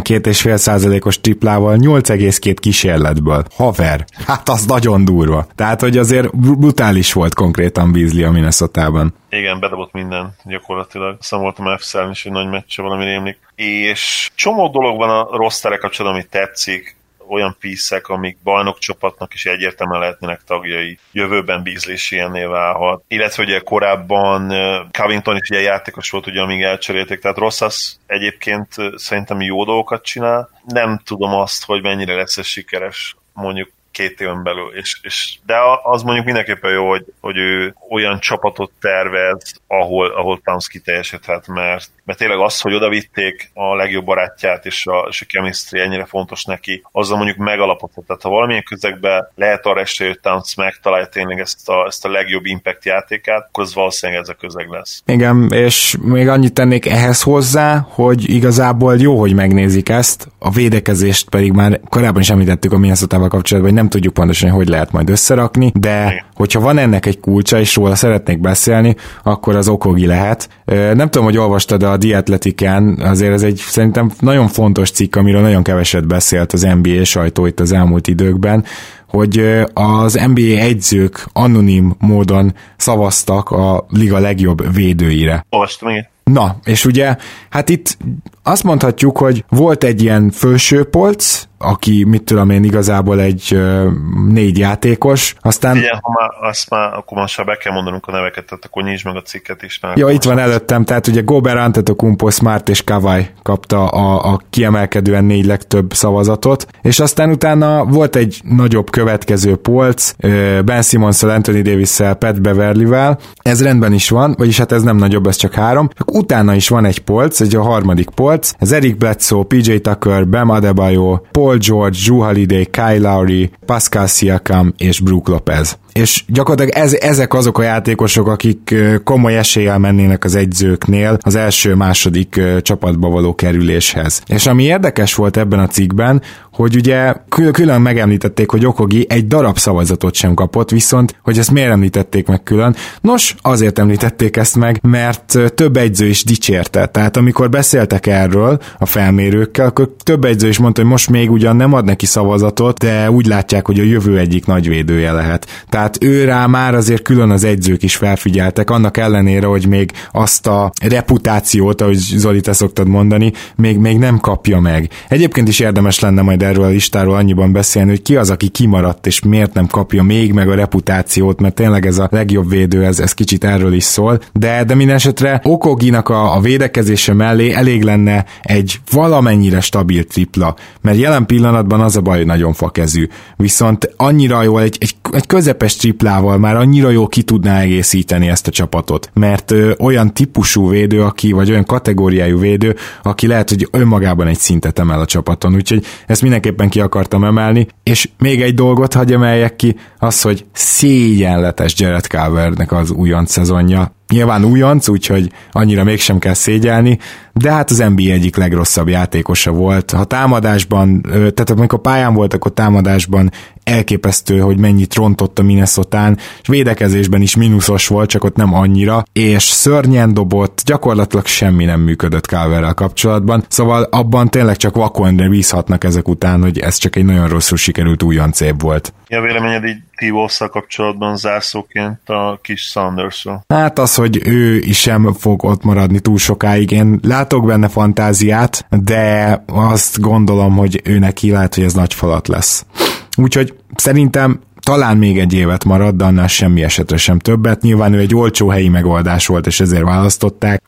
42,5%-os triplával 8,2 kísérletből. Haver, hát az nagyon durva. Tehát, hogy azért brutális volt konkrétan Beasley a Minnesotában. Igen, bedobott minden gyakorlatilag. Aztán voltam F-szel is egy nagy meccse, valami rémlik. És csomó dolog van a rosterre kapcsolatban, ami tetszik, olyan piszek, amik bajnokcsapatnak is egyértelműen lehetnének tagjai. Jövőben Beasley is ilyenné válhat. Illetve ugye korábban Covington is ugye játékos volt, ugye, amíg elcserélték, tehát Rossas egyébként szerintem jó dolgokat csinál. Nem tudom azt, hogy mennyire lesz ez sikeres, mondjuk 2 éven belül, de az mondjuk mindenképpen jó, hogy ő olyan csapatot tervez, ahol Towns kiteljesedhet, mert tényleg az, hogy odavitték a legjobb barátját, és a chemistry ennyire fontos neki, azzal mondjuk megalapodhat. Tehát ha valamilyen közegben lehet arra esélye, hogy Towns megtalálja tényleg ezt a legjobb impact játékát, akkor az valószínűleg ez a közeg lesz. Igen, és még annyit tennék ehhez hozzá, hogy igazából jó, hogy megnézik ezt, a védekezést pedig már korábban is említettük a Minnesotával kapcsolatban, hogy nem tudjuk pontosan, hogy lehet majd összerakni, de hogyha van ennek egy kulcsa, és róla szeretnék beszélni, akkor az Okogie lehet. Nem tudom, hogy olvastad, de a The Athletic-en azért ez egy szerintem nagyon fontos cikk, amiről nagyon keveset beszélt az NBA sajtó itt az elmúlt időkben, hogy az NBA egyzők anonim módon szavaztak a liga legjobb védőire. Olvastam, igen. Na, és ugye, hát itt azt mondhatjuk, hogy volt egy ilyen felsőpolc, aki mit tudom én igazából egy 4 játékos, aztán... Igen, ha már, akkor most be kell mondanunk a neveket, tehát akkor nyisd meg a cikket is. Ja, itt van előttem, tehát ugye Gobert, Antetokounmpo, Smart és Kawhi kapta a kiemelkedően 4 legtöbb szavazatot, és aztán utána volt egy nagyobb következő polc, Ben Simmons-szal, Anthony Davis-szel, Pat Beverly-vel, ez rendben is van, vagyis hát ez nem nagyobb, ez csak 3, utána is van egy polc, egy a harmadik polc, ez Eric Bledsoe, PJ Tucker, Bam Adebayo, Paul George, Jrue Holiday, Kyle Lowry, Pascal Siakam és Brook Lopez. És gyakorlatilag ezek azok a játékosok, akik komoly eséllyel mennének az egyzőknél az első-második csapatba való kerüléshez. És ami érdekes volt ebben a cikkben, hogy ugye külön megemlítették, hogy Okogie egy darab szavazatot sem kapott, viszont hogy ezt miért említették meg külön? Nos, azért említették ezt meg, mert több egyző is dicsérte. Tehát amikor beszéltek erről a felmérőkkel, akkor több egyző is mondta, hogy most még ugyan nem ad neki szavazatot, de úgy látják, hogy a jövő egyik nagy védője lehet. Tehát ő rá már azért külön az egyzők is felfigyeltek, annak ellenére, hogy még azt a reputációt, ahogy Zoli, te szoktad mondani, még nem kapja meg. Egyébként is érdemes lenne majd erről a listáról annyiban beszélni, hogy ki az, aki kimaradt, és miért nem kapja még meg a reputációt, mert tényleg ez a legjobb védő, ez kicsit erről is szól. De minden esetre Okogie-nak a védekezése mellé elég lenne egy valamennyire stabil tripla, mert jelen pillanatban az a baj, hogy nagyon fakezű. Viszont annyira jó, egy közepes triplával már annyira jól ki tudná egészíteni ezt a csapatot, mert olyan típusú védő, vagy olyan kategóriájú védő, aki lehet, hogy önmagában egy szintet emel a csapaton, úgyhogy ezt mindenképpen ki akartam emelni, és még egy dolgot hagy emeljek ki, az, hogy szégyenletes Jared Culvernek az újonc szezonja. Nyilván újonc, úgyhogy annyira mégsem kell szégyelni, de hát az NBA egyik legrosszabb játékosa volt. Ha támadásban, tehát amikor pályán volt, akkor támadásban elképesztő, hogy mennyit rontott a Minnesotán, és védekezésben is mínuszos volt, csak ott nem annyira, és szörnyen dobott, gyakorlatilag semmi nem működött Culverrel kapcsolatban, szóval abban tényleg csak vakonra bízhatnak ezek után, hogy ez csak egy nagyon rosszul sikerült újonc év volt. Mi a véleményed így T-Wolves-szal kapcsolatban zárszóként a kis Saunders-ról? Hát az, hogy ő is sem fog ott maradni túl sokáig. Én látok benne fantáziát, de azt gondolom, hogy ő neki lehet, hogy ez nagy falat lesz. Úgyhogy szerintem talán még egy évet marad, de annál semmi esetre sem többet. Nyilván ő egy olcsó helyi megoldás volt, és ezért választották.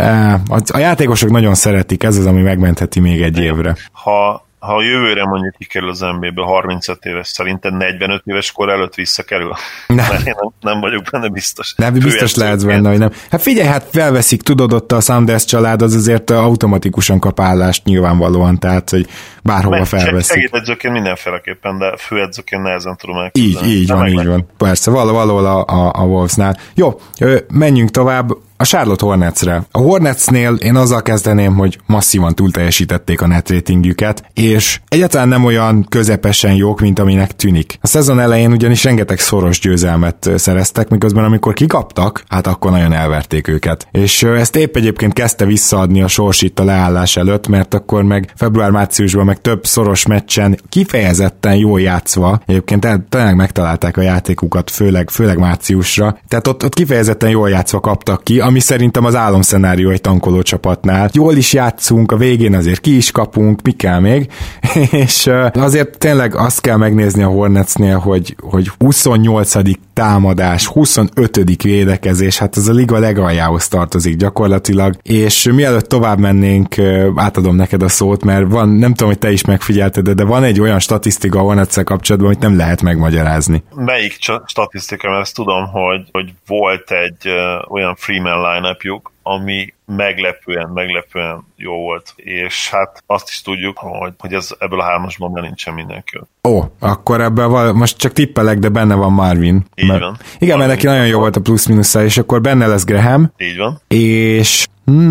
A játékosok nagyon szeretik, ez az, ami megmentheti még egy évre. Ha a jövőre mondjuk kikerül az NBA-ből 35 éves, szerinted 45 éves kor előtt visszakerül? Mert én nem vagyok benne biztos. Nem, biztos lehetsz benne, hogy nem. Hát figyelj, hát felveszik, tudod, ott a Sanders család az azért automatikusan kap állást nyilvánvalóan, tehát, hogy bárhova felveszik. Segédedzőként mindenféleképpen, de főedzőként nehezen tudom elképzelni. Így van. Persze, valahol a Wolvesnál. Jó, menjünk tovább. A Charlotte Hornetsre. A Hornetsnél én azzal kezdeném, hogy masszívan túlteljesítették a net ratingjüket, és egyáltalán nem olyan közepesen jók, mint aminek tűnik. A szezon elején ugyanis rengeteg szoros győzelmet szereztek, miközben amikor kikaptak, hát akkor nagyon elverték őket. És ezt épp egyébként kezdte visszaadni a sors itt a leállás előtt, mert akkor meg február-márciusban meg több szoros meccsen kifejezetten jól játszva, egyébként tényleg megtalálták a játékukat, főleg márciusra, tehát ott kifejezetten jól játszva kaptak ki, ami szerintem az álomszenárió egy tankoló csapatnál. Jól is játszunk, a végén azért ki is kapunk, mi kell még, és azért tényleg azt kell megnézni a Hornetsnél, hogy 28. támadás, 25. védekezés, hát ez a liga legaljához tartozik gyakorlatilag, és mielőtt tovább mennénk, átadom neked a szót, mert van, nem tudom, hogy te is megfigyelted, de van egy olyan statisztika a Hornetszel kapcsolatban, amit nem lehet megmagyarázni. Melyik statisztika? Mert ezt tudom, hogy volt egy olyan Freeman line-upjuk, ami meglepően jó volt, és hát azt is tudjuk, hogy ebből a hármasban már nincsen mindenki. Akkor ebben most csak tippelek, de benne van Marvin. Így van. Igen, mert neki nagyon jó volt a plusz-minussza, és akkor benne lesz Graham. Így van. És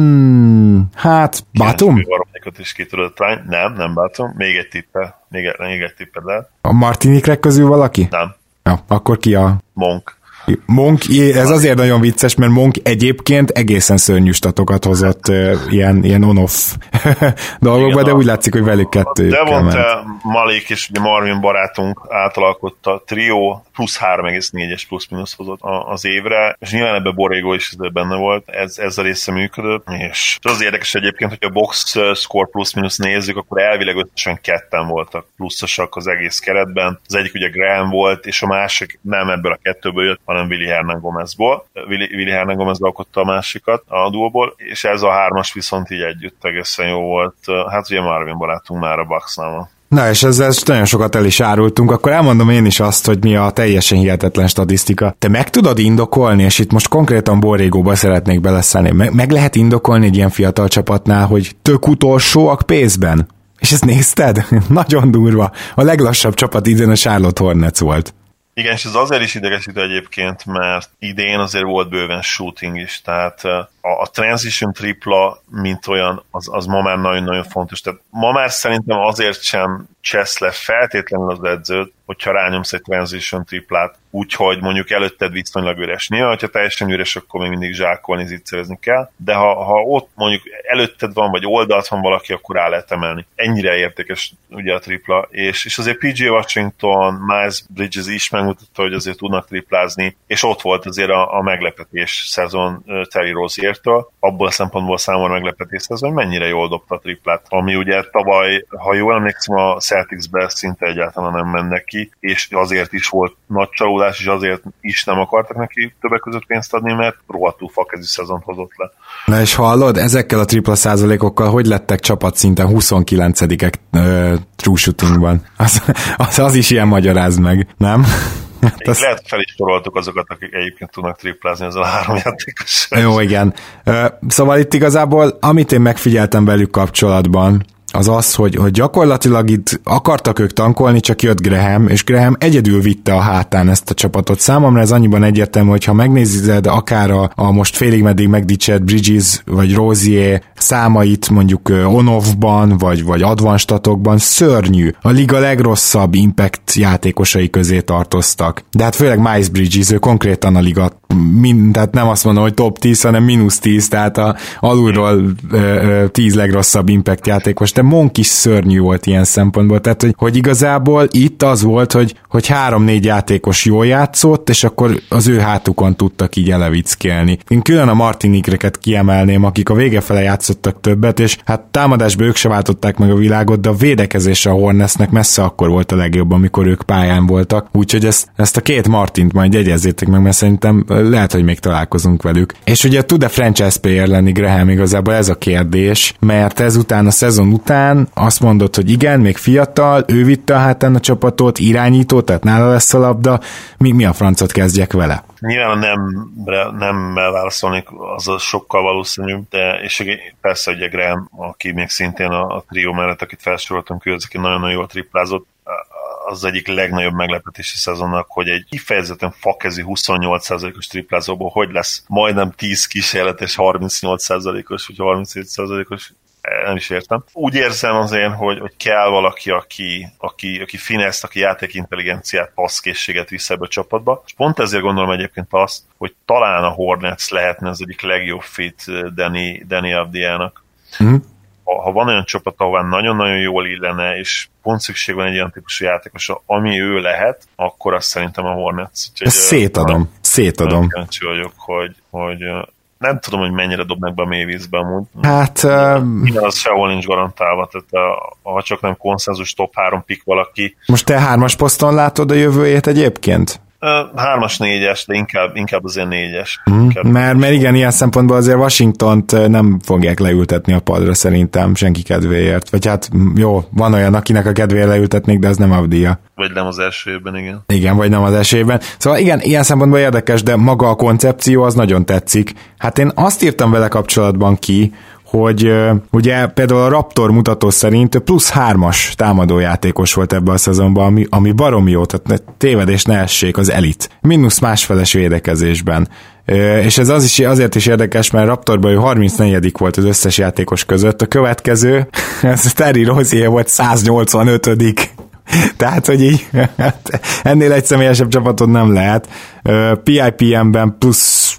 hát Batum? Is ki tudod találni. Nem Batum. Még egy tippel lehet. A Martinikrek közül valaki? Nem. Ja, akkor ki a... Monk. Monk, ez azért nagyon vicces, mert Monk egyébként egészen szörnyű statokat hozott ilyen on-off dolgokba, de úgy látszik, hogy velük kettőjükkel ment. Devonte Malik és Marvin barátunk általálkotta trió plusz 3,4-es plusz-minusz hozott az évre, és nyilván ebben Borrego is benne volt, ez a része működött, és az érdekes egyébként, hogy a box score plusz-minusz nézzük, akkor elvileg összesen ketten voltak pluszosak az egész keretben. Az egyik ugye Graham volt, és a másik nem ebből a kettőből jött, hanem Willy Hernan Gomezból. Willy Hernan Gomez alkotta a másikat a duóból, és ez a hármas viszont így együtt egészen jó volt. Hát ugye Marvin barátunk már a Bucksnál van. Na, és ezzel nagyon sokat el is árultunk, akkor elmondom én is azt, hogy mi a teljesen hihetetlen statisztika. Te meg tudod indokolni, és itt most konkrétan Borrégóba szeretnék beleszállni, meg lehet indokolni egy ilyen fiatal csapatnál, hogy tök utolsóak pénzben? És ezt nézted? Nagyon durva. A leglassabb csapat idén a Charlotte Hornets volt. Igen, és ez azért is idegesítő egyébként, mert idén azért volt bőven shooting is, tehát a transition tripla, mint olyan, az ma már nagyon-nagyon fontos. Tehát ma már szerintem azért sem csesz le feltétlenül az edzőt, hogyha rányomsz egy transition triplát, úgyhogy mondjuk előtted viszonylag üres. Nyilván, hogyha teljesen üres, akkor még mindig zsákolni, zicserezni kell, de ha ott mondjuk előtted van, vagy oldalt van valaki, akkor rá lehet emelni. Ennyire értékes ugye a tripla, és azért PJ Washington, Miles Bridges is megmutatta, hogy azért tudnak triplázni, és ott volt azért a meglepetés szezon Terry Roziertől, abból a szempontból számomra meglepetés szezon, hogy mennyire jól dobta a triplát, ami ugye tavaly, ha jól emlékszem, a Celticsbe szinte egyáltalán nem mennek ki, és azért is volt nagy csalódás, és azért is nem akartak neki többek között pénzt adni, mert rohadtul fakezű szezont hozott le. Na és hallod, ezekkel a tripla százalékokkal hogy lettek csapatszinten 29-ek true shootingban? Az is ilyen magyaráz meg, nem? Lehet fel is soroltuk azokat, akik egyébként tudnak triplázni ezzel a három játékos. Jó, igen. Szóval itt igazából, amit én megfigyeltem velük kapcsolatban, az az, hogy gyakorlatilag itt akartak ők tankolni, csak jött Graham, és Graham egyedül vitte a hátán ezt a csapatot. Számomra ez annyiban egyértelmű, hogy ha megnézed akár a most félig meddig megdicsért Bridges vagy Rozier számait mondjuk on-off-ban, vagy advanced statokban, szörnyű. A liga legrosszabb impact játékosai közé tartoztak. De hát főleg Miles Bridges, ő konkrétan a liga tehát nem azt mondom, hogy top 10, hanem -10, tehát alulról 10 legrosszabb impact játékos, de Monk is szörnyű volt ilyen szempontból, tehát hogy igazából itt az volt, hogy 3-4 játékos jól játszott, és akkor az ő hátukon tudtak így elevickélni. Én külön a Martinikreket kiemelném, akik a vége fele játszottak többet, és hát támadásban ők se váltották meg a világot, de a védekezésre a Hornetsnek messze akkor volt a legjobb, amikor ők pályán voltak, úgyhogy ezt a két Martint majd jegyezzétek meg, mert szerintem lehet, hogy még találkozunk velük. És ugye tud-e franchise player lenni Graham, igazából ez a kérdés, mert ezután a szezon után azt mondod, hogy igen, még fiatal, ő vitte a hátán a csapatot, irányító, tehát nála lesz a labda, mi a francot kezdjek vele? Nyilván nem válaszolnék, az a sokkal valószínűbb, de és persze ugye Graham, aki még szintén a trió mellett, akit felsoroltunk, ő az, aki nagyon-nagyon jól triplázott, az egyik legnagyobb meglepetési szezonnak, hogy egy kifejezetten fakezű 28%-os triplázóból hogy lesz majdnem 10 kísérletes 38%-os, vagy 37%-os, nem is értem. Úgy érzem azért, hogy kell valaki, aki fineszt, aki játékintelligenciát, passzkészséget visz ebbe a csapatba, és pont ezért gondolom egyébként azt, hogy talán a Hornets lehetne az egyik legjobb fit Danny Avdiának. Mm. Ha van olyan csapat, ahová nagyon-nagyon jól illene, és pont szükség van egy olyan típusú játékosra, ami ő lehet, akkor azt szerintem a Hornets. Szétadom. Kíváncsi vagyok, hogy nem tudom, hogy mennyire dobnak be a mélyvízbe amúgy. Hát... Igen, az sehol nincs garantálva, tehát ha csak nem konszenzus top 3 pick valaki. Most te 3-as poszton látod a jövőjét egyébként? 3-as, 4-es, de inkább azért 4-es. Mert igen, ilyen szempontból azért Washingtont nem fogják leültetni a padra szerintem senki kedvéért. Vagy hát jó, van olyan, akinek a kedvéért leültetnék, de az nem Avdia. Vagy nem az első évben, igen. Igen, vagy nem az első évben. Szóval igen, ilyen szempontból érdekes, de maga a koncepció az nagyon tetszik. Hát én azt írtam vele kapcsolatban ki, hogy ugye például a Raptor mutató szerint plusz 3-as támadójátékos volt ebben a szezonban, ami baromi jó, tehát tévedés ne essék, az elit. -1,5-es védekezésben. És ez azért is érdekes, mert Raptorban ő 34. volt az összes játékos között, a következő, ez Terry Rozier volt 185. Tehát, hogy így ennél egy személyesebb csapatod nem lehet. PIPM-ben plusz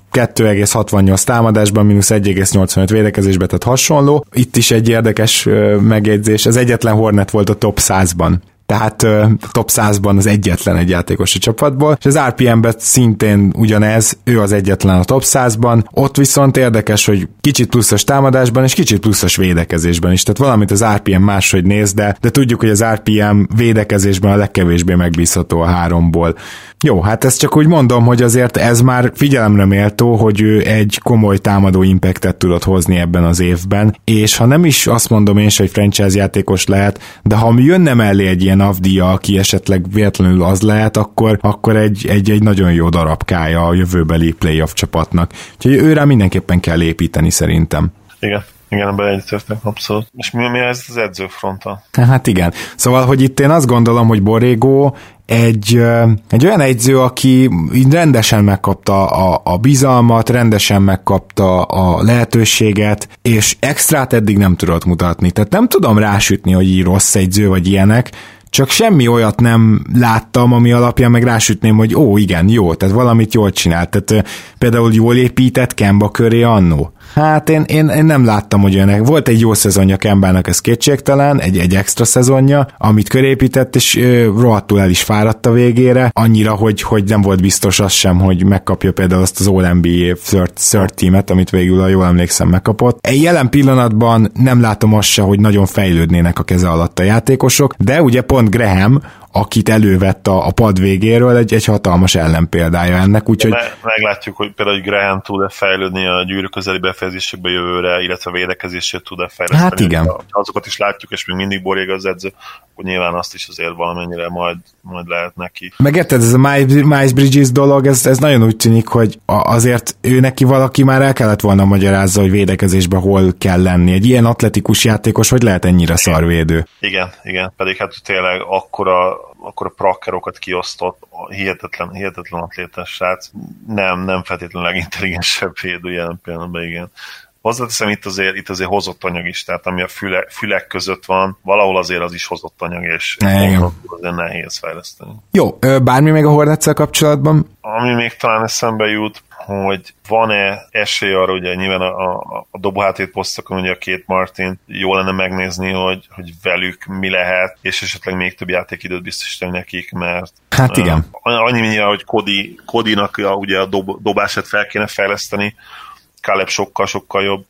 2,68 támadásban, mínusz 1,85 védekezésben, tehát hasonló. Itt is egy érdekes megjegyzés. Az egyetlen Hornet volt a top 100-ban. Tehát top 100-ban az egyetlen egy játékos a csapatból, és az RPM-ben szintén ugyanez, ő az egyetlen a top 100-ban, ott viszont érdekes, hogy kicsit pluszos támadásban, és kicsit pluszos védekezésben is, tehát valamit az RPM máshogy néz, de tudjuk, hogy az RPM védekezésben a legkevésbé megbízható a háromból. Jó, hát ezt csak úgy mondom, hogy azért ez már figyelemre méltó, hogy ő egy komoly támadó impactet tudott hozni ebben az évben, és ha nem is azt mondom én se, hogy franchise játékos lehet, de ha jönne mellé egy ilyen Avdia, aki esetleg véletlenül az lehet, akkor egy nagyon jó darabkája a jövőbeli playoff csapatnak. Úgyhogy őre mindenképpen kell építeni szerintem. Igen, ebben egyetértek, abszolút. És mi ez az edzőfronta? Hát igen. Szóval, hogy itt én azt gondolom, hogy Borrego egy olyan edző, aki rendesen megkapta a bizalmat, rendesen megkapta a lehetőséget, és extrát eddig nem tudott mutatni. Tehát nem tudom rásütni, hogy így rossz edző vagy ilyenek, csak semmi olyat nem láttam, ami alapján meg rásütném, hogy igen, jó, tehát valamit jól csinált. Tehát például jól épített Kemba köré annó. Hát én nem láttam, hogy önnek. Volt egy jó szezonja Kembának, ez kétségtelen, egy extra szezonja, amit körépített, és rohadtul el is fáradt a végére, annyira, hogy nem volt biztos az sem, hogy megkapja például azt az All-NBA third teamet, amit végül, jól emlékszem, megkapott. Jelen pillanatban nem látom azt se, hogy nagyon fejlődnének a keze alatt a játékosok, de ugye pont Graham, akit elővett a pad végéről, egy hatalmas ellenpéldája ennek, úgyhogy... Meglátjuk, hogy például hogy Graham tud-e fejlődni a gyűrű közeli befejezésekbe jövőre, illetve a védekezését tud-e fejleszteni. Hát igen. Ha azokat is látjuk, és még mindig Borrego az edző, akkor nyilván azt is azért valamennyire majd lehet neki. Meg érted, ez a Miles Bridges dolog, ez nagyon úgy tűnik, hogy azért ő neki valaki már el kellett volna magyarázza, hogy védekezésben hol kell lenni. Egy ilyen atletikus játékos, hogy lehet ennyire szarvédő? Igen, pedig hát tényleg akkora prakkerokat kiosztott, hihetetlen atlétás srác, nem feltétlenül legintelligensebb védő jelen pillanatban, igen. Hozzáteszem, itt azért hozott anyag is, tehát ami a fülek között van, valahol azért az is hozott anyag, és azért nehéz fejleszteni. Jó, bármi még a Hornetszel kapcsolatban? Ami még talán eszembe jut, hogy van-e esély arra, ugye nyilván a dobóhátét posztokon, ugye a két Martin, jó lenne megnézni, hogy velük mi lehet, és esetleg még több játékidőt biztosítani nekik, mert hát igen. Annyi, hogy Codynak ugye a dobását fel kéne fejleszteni, Caleb sokkal jobb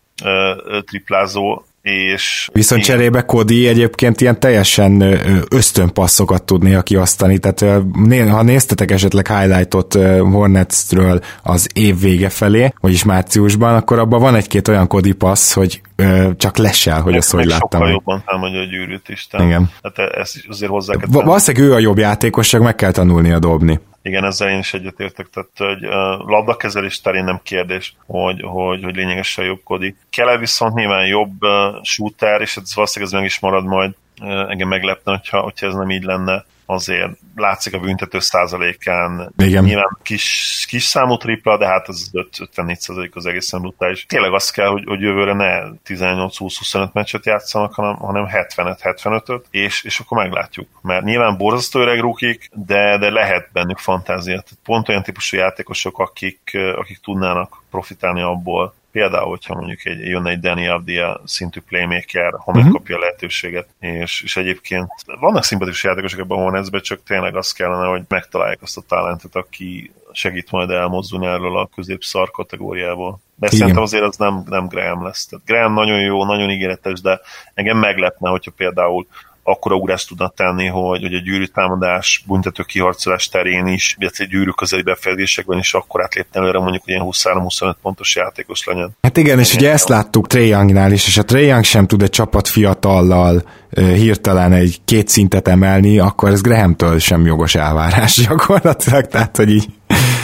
triplázó, és... Viszont cserébe Cody egyébként ilyen teljesen ösztönpasszokat tud néha kiosztani, tehát ha néztetek esetleg highlightot Hornetsről az év vége felé, vagyis márciusban, akkor abban van egy-két olyan Cody passz, hogy csak lesel, hogy azt hogy láttam. Sokkal jobban támadja a gyűrűt is. Igen. Tehát ezt is azért hozzá kell valószínűleg ő a jobb játékos, csak meg kell tanulnia dobni. Igen, ezzel én is egyetértek, tehát hogy labdakezelés terén nem kérdés, hogy lényegesen jobb Cody. Kell viszont nyilván jobb shooter, és ez valószínűleg ez meg is marad majd. Engem meglepne, hogyha ez nem így lenne. Azért látszik a büntető százalékán. Igen. Nyilván kis számú tripla, de hát az 54% az egészen brutális. Tényleg az kell, hogy jövőre ne 18-20-25 meccset játszanak, hanem 70-75-öt, és akkor meglátjuk. Mert nyilván borzasztó öreg rukik, de lehet bennük fantáziát. Pont olyan típusú játékosok, akik tudnának profitálni abból. Például, hogyha mondjuk jönne egy Danny Avdia szintű playmaker, ha megkapja a lehetőséget, és egyébként vannak szimpatikus játékosok ebben a Hornetsben, csak tényleg az kellene, hogy megtalálják azt a talentet, aki segít majd elmozdulni erről a középszar kategóriából. De szerintem azért az nem Graham lesz. Tehát Graham nagyon jó, nagyon ígéretes, de engem meglepne, hogyha például akkora ugrást tudna tenni, hogy a gyűrűtámadás, büntető kiharcolás terén is, illetve gyűrű közeli befejezésekben is akkor átlépne előre, mondjuk, hogy ilyen 23-25 pontos játékos legyen. Hát igen, és ugye ezt láttuk Trae Youngnál is, és a Trae Young sem tud egy csapat fiatallal hirtelen egy 2 szintet emelni, akkor ez Grahamtől sem jogos elvárás gyakorlatilag, tehát hogy így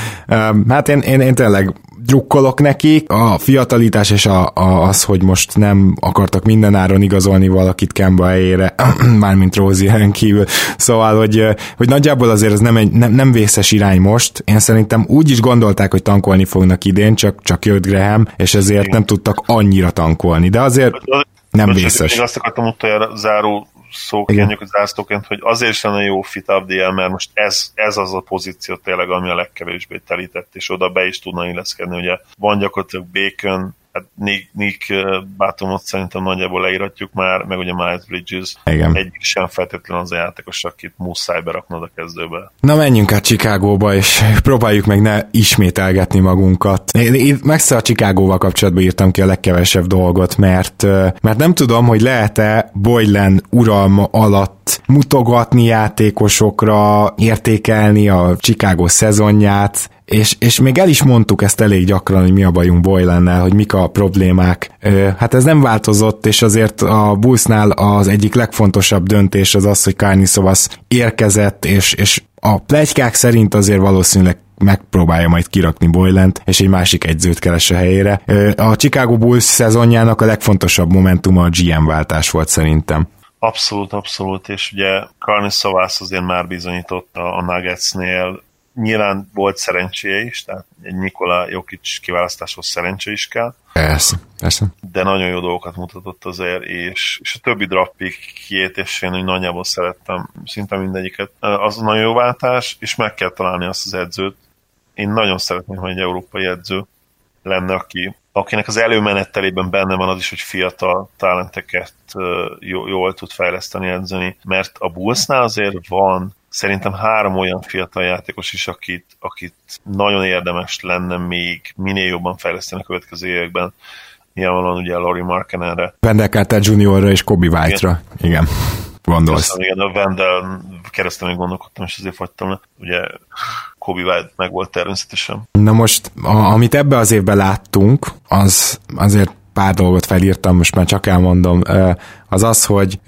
hát én tényleg drukkolok nekik, a fiatalitás és az, hogy most nem akartak mindenáron igazolni valakit Kemba helyére, mármint Rozieren kívül, szóval, hogy nagyjából azért ez nem vészes irány most, én szerintem úgy is gondolták, hogy tankolni fognak idén, csak jött Graham, és ezért nem tudtak annyira tankolni, de azért nem vészes. Én azt akartam utoljára záró szóként, zászlóként, hogy azért is lenne jó fit Avdiel, mert most ez az a pozíció tényleg, ami a legkevésbé telített, és oda be is tudna illeszkedni. Ugye van gyakorlatilag Bacon, hát Nick Batumot szerintem nagyjából leíratjuk már, meg ugye Miles Bridges. Igen. Egyik sem feltétlenül az a játékos, akit muszáj beraknod a kezdőbe. Na menjünk át Chicagóba, és próbáljuk meg ne ismételgetni magunkat. Én messze a Chicagóval kapcsolatban írtam ki a legkevesebb dolgot, mert nem tudom, hogy lehet-e Boylen uralma alatt mutogatni játékosokra, értékelni a Chicago szezonját, és még el is mondtuk ezt elég gyakran, hogy mi a bajunk Boylennel, hogy mik a problémák. Hát ez nem változott, és azért a Bullsnál az egyik legfontosabb döntés az, hogy Karnisovas érkezett, és a pletykák szerint azért valószínűleg megpróbálja majd kirakni Boylent, és egy másik edzőt keres a helyére. A Chicago Bulls szezonjának a legfontosabb momentuma a GM váltás volt szerintem. Abszolút, és ugye Karnisovas azért már bizonyította a Nuggetsnél, nyilván volt szerencséje is, tehát egy Nikola Jokic kiválasztáshoz szerencse is kell. Persze. De nagyon jó dolgokat mutatott azért, és a többi draft pickjét, és én úgy nagyjából szerettem szinte mindegyiket. Az nagyon jó váltás, és meg kell találni azt az edzőt. Én nagyon szeretném, hogy egy európai edző lenne, akinek az előmenettelében benne van az is, hogy fiatal talenteket jól tud fejleszteni, edzeni, mert a Bullsnál azért van szerintem 3 olyan fiatal játékos is, akit nagyon érdemes lenne még minél jobban fejleszteni a következő években. Nyilvánvalóan ugye Lauri Markkanenre. Wendell Carter Jr.-ra és Kobe White-ra. Igen. Gondolsz. Igen, a Wendell keresztül még gondolkodtam, és azért fagytam le. Ugye Kobe White meg volt természetesen. Na most, amit ebbe az évben láttunk, az azért pár dolgot felírtam, most már csak elmondom, az, hogy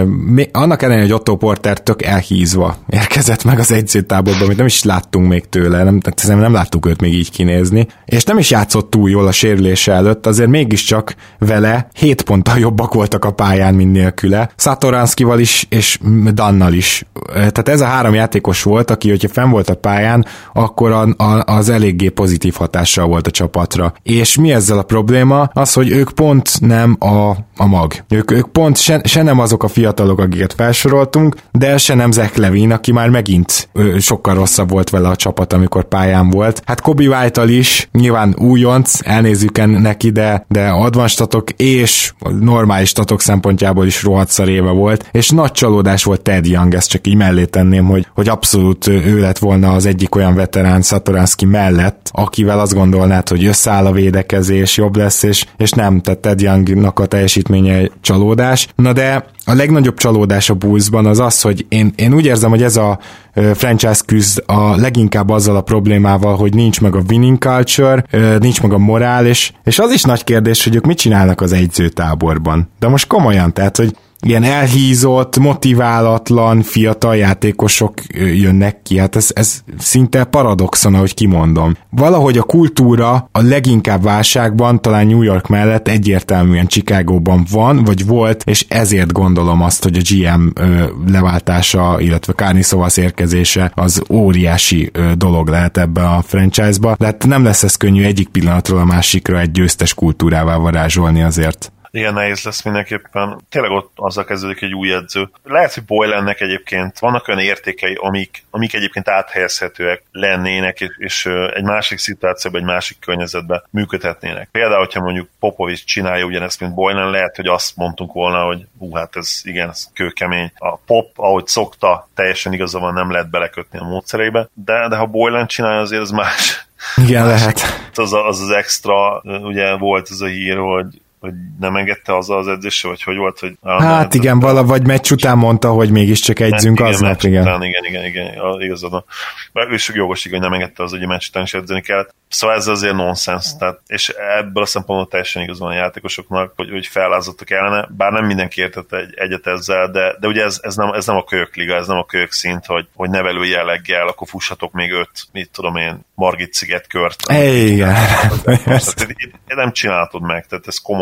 annak ellenére, hogy Otto Porter tök elhízva érkezett meg az edzőtáborba, amit nem is láttunk még tőle, nem láttuk őt még így kinézni, és nem is játszott túl jól a sérülése előtt, azért mégiscsak vele 7 ponttal jobbak voltak a pályán, mint nélküle, Satoranskival is, és Dannal is. Tehát ez a 3 játékos volt, aki, hogyha fenn volt a pályán, akkor az eléggé pozitív hatással volt a csapatra. És mi ezzel a probléma? Az, hogy ők pont nem a mag. Ők pont se nem azok a fiatalok, akiket felsoroltunk, de se nem Zach Levine, aki már megint sokkal rosszabb volt vele a csapat, amikor pályán volt. Hát Kobe White-tal is, nyilván újonc, elnézzük neki, de advanced statok és normális statok szempontjából is rohadt szar éve volt, és nagy csalódás volt Ted Young, ezt csak így mellé tenném, hogy abszolút ő lett volna az egyik olyan veterán Satoranski mellett, akivel azt gondolnád, hogy összeáll a védekezés, jobb lesz, és nem, tehát Ted Youngnak a teljesítménye csalódás. Na de a legnagyobb csalódás a Bullsban az, hogy én úgy érzem, hogy ez a franchise küzd a leginkább azzal a problémával, hogy nincs meg a winning culture, nincs meg a morál, és az is nagy kérdés, hogy ők mit csinálnak az edzőtáborban. De most komolyan, tehát, hogy ilyen elhízott, motiválatlan fiatal játékosok jönnek ki, hát ez szinte paradoxon, ahogy kimondom. Valahogy a kultúra a leginkább válságban, talán New York mellett egyértelműen Chicagóban van, vagy volt, és ezért gondolom azt, hogy a GM leváltása, illetve Karnisovas érkezése az óriási dolog lehet ebbe a franchise-ba, de hát nem lesz ez könnyű egyik pillanatról a másikra egy győztes kultúrává varázsolni azért. Igen, nehéz lesz mindenképpen. Tényleg ott azzal kezdődik egy új edző. Lehet, hogy Boylennek egyébként vannak olyan értékei, amik egyébként áthelyezhetőek lennének, és egy másik szituációban, egy másik környezetben működhetnének. Például, hogyha mondjuk Popovics csinálja ugyanezt, mint Boylen, lehet, hogy azt mondtunk volna, hogy hát ez kőkemény. A Pop, ahogy szokta, teljesen igaza van, nem lehet belekötni a módszerébe, de ha Boylen csinálja, azért az más. Igen, lehet. Az extra, ugye volt ez a hír, hogy nem engedte az edzésre, vagy hogy volt, hogy... Hát igen, valahogy meccs után mondta, hogy mégiscsak edzünk aznap, igen. Igen, igazad. És jogos, hogy nem engedte az, hogy a meccs után is edzeni kellett. Szóval ez azért nonsens. Tehát, és ebből a szempontból teljesen igaz van a játékosoknak, hogy felázottak ellene, bár nem mindenki értette egyet ezzel, de ugye ez nem a kölyök liga, ez nem a kölyök szint, hogy nevelő jelleggel, akkor fussatok még 5, mit tudom én, Margit sziget kört. Igen. Nem csináltad meg, tehát ez komoly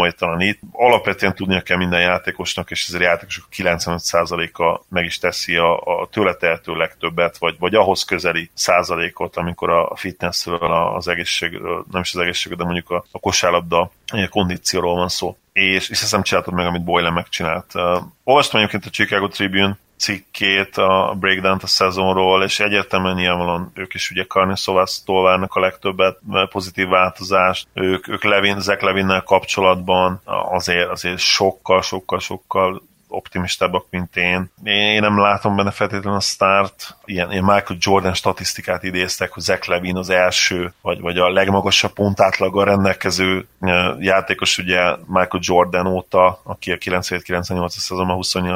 hajtalanít. Alapvetően tudnia kell minden játékosnak, és ezért játékosok 95%-a meg is teszi a tőle tehető legtöbbet, vagy ahhoz közeli százalékot, amikor a fitnessről, az egészségről, nem is az egészségről, de mondjuk a kosárlabda kondícióról van szó. És ezt nem csináltad meg, amit Boylan megcsinált. Olvastam egyébként a Chicago Tribune cikkét, a breakdown-t a szezonról, és egyértelműen nyilvánvalóan ők is ugye Karniszovasztól várnak a legtöbbet, pozitív változást. Ők Zach Levinnel kapcsolatban azért sokkal optimistábbak, mint én. Én nem látom benne feltétlenül a sztárt. Ilyen Michael Jordan statisztikát idéztek, hogy Zach Levine az első, vagy a legmagasabb pontátlaggal rendelkező játékos, ugye Michael Jordan óta, aki a 97-98 szezonban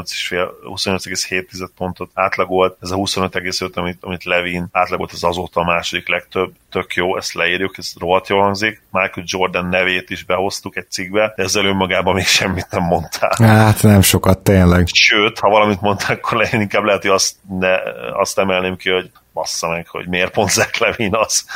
28,7 pontot átlagolt. Ez a 25,5, amit Levine átlagolt, az azóta a második legtöbb. Tök jó, ezt leírjuk, ez rohadt jól hangzik. Michael Jordan nevét is behoztuk egy cikkbe, de ezzel önmagában még semmit nem mondtál. Hát nem sokat, tényleg. Sőt, ha valamit mondták, akkor inkább lehet, hogy azt emelném ki, hogy bassza meg, hogy miért pont Zach Levine az.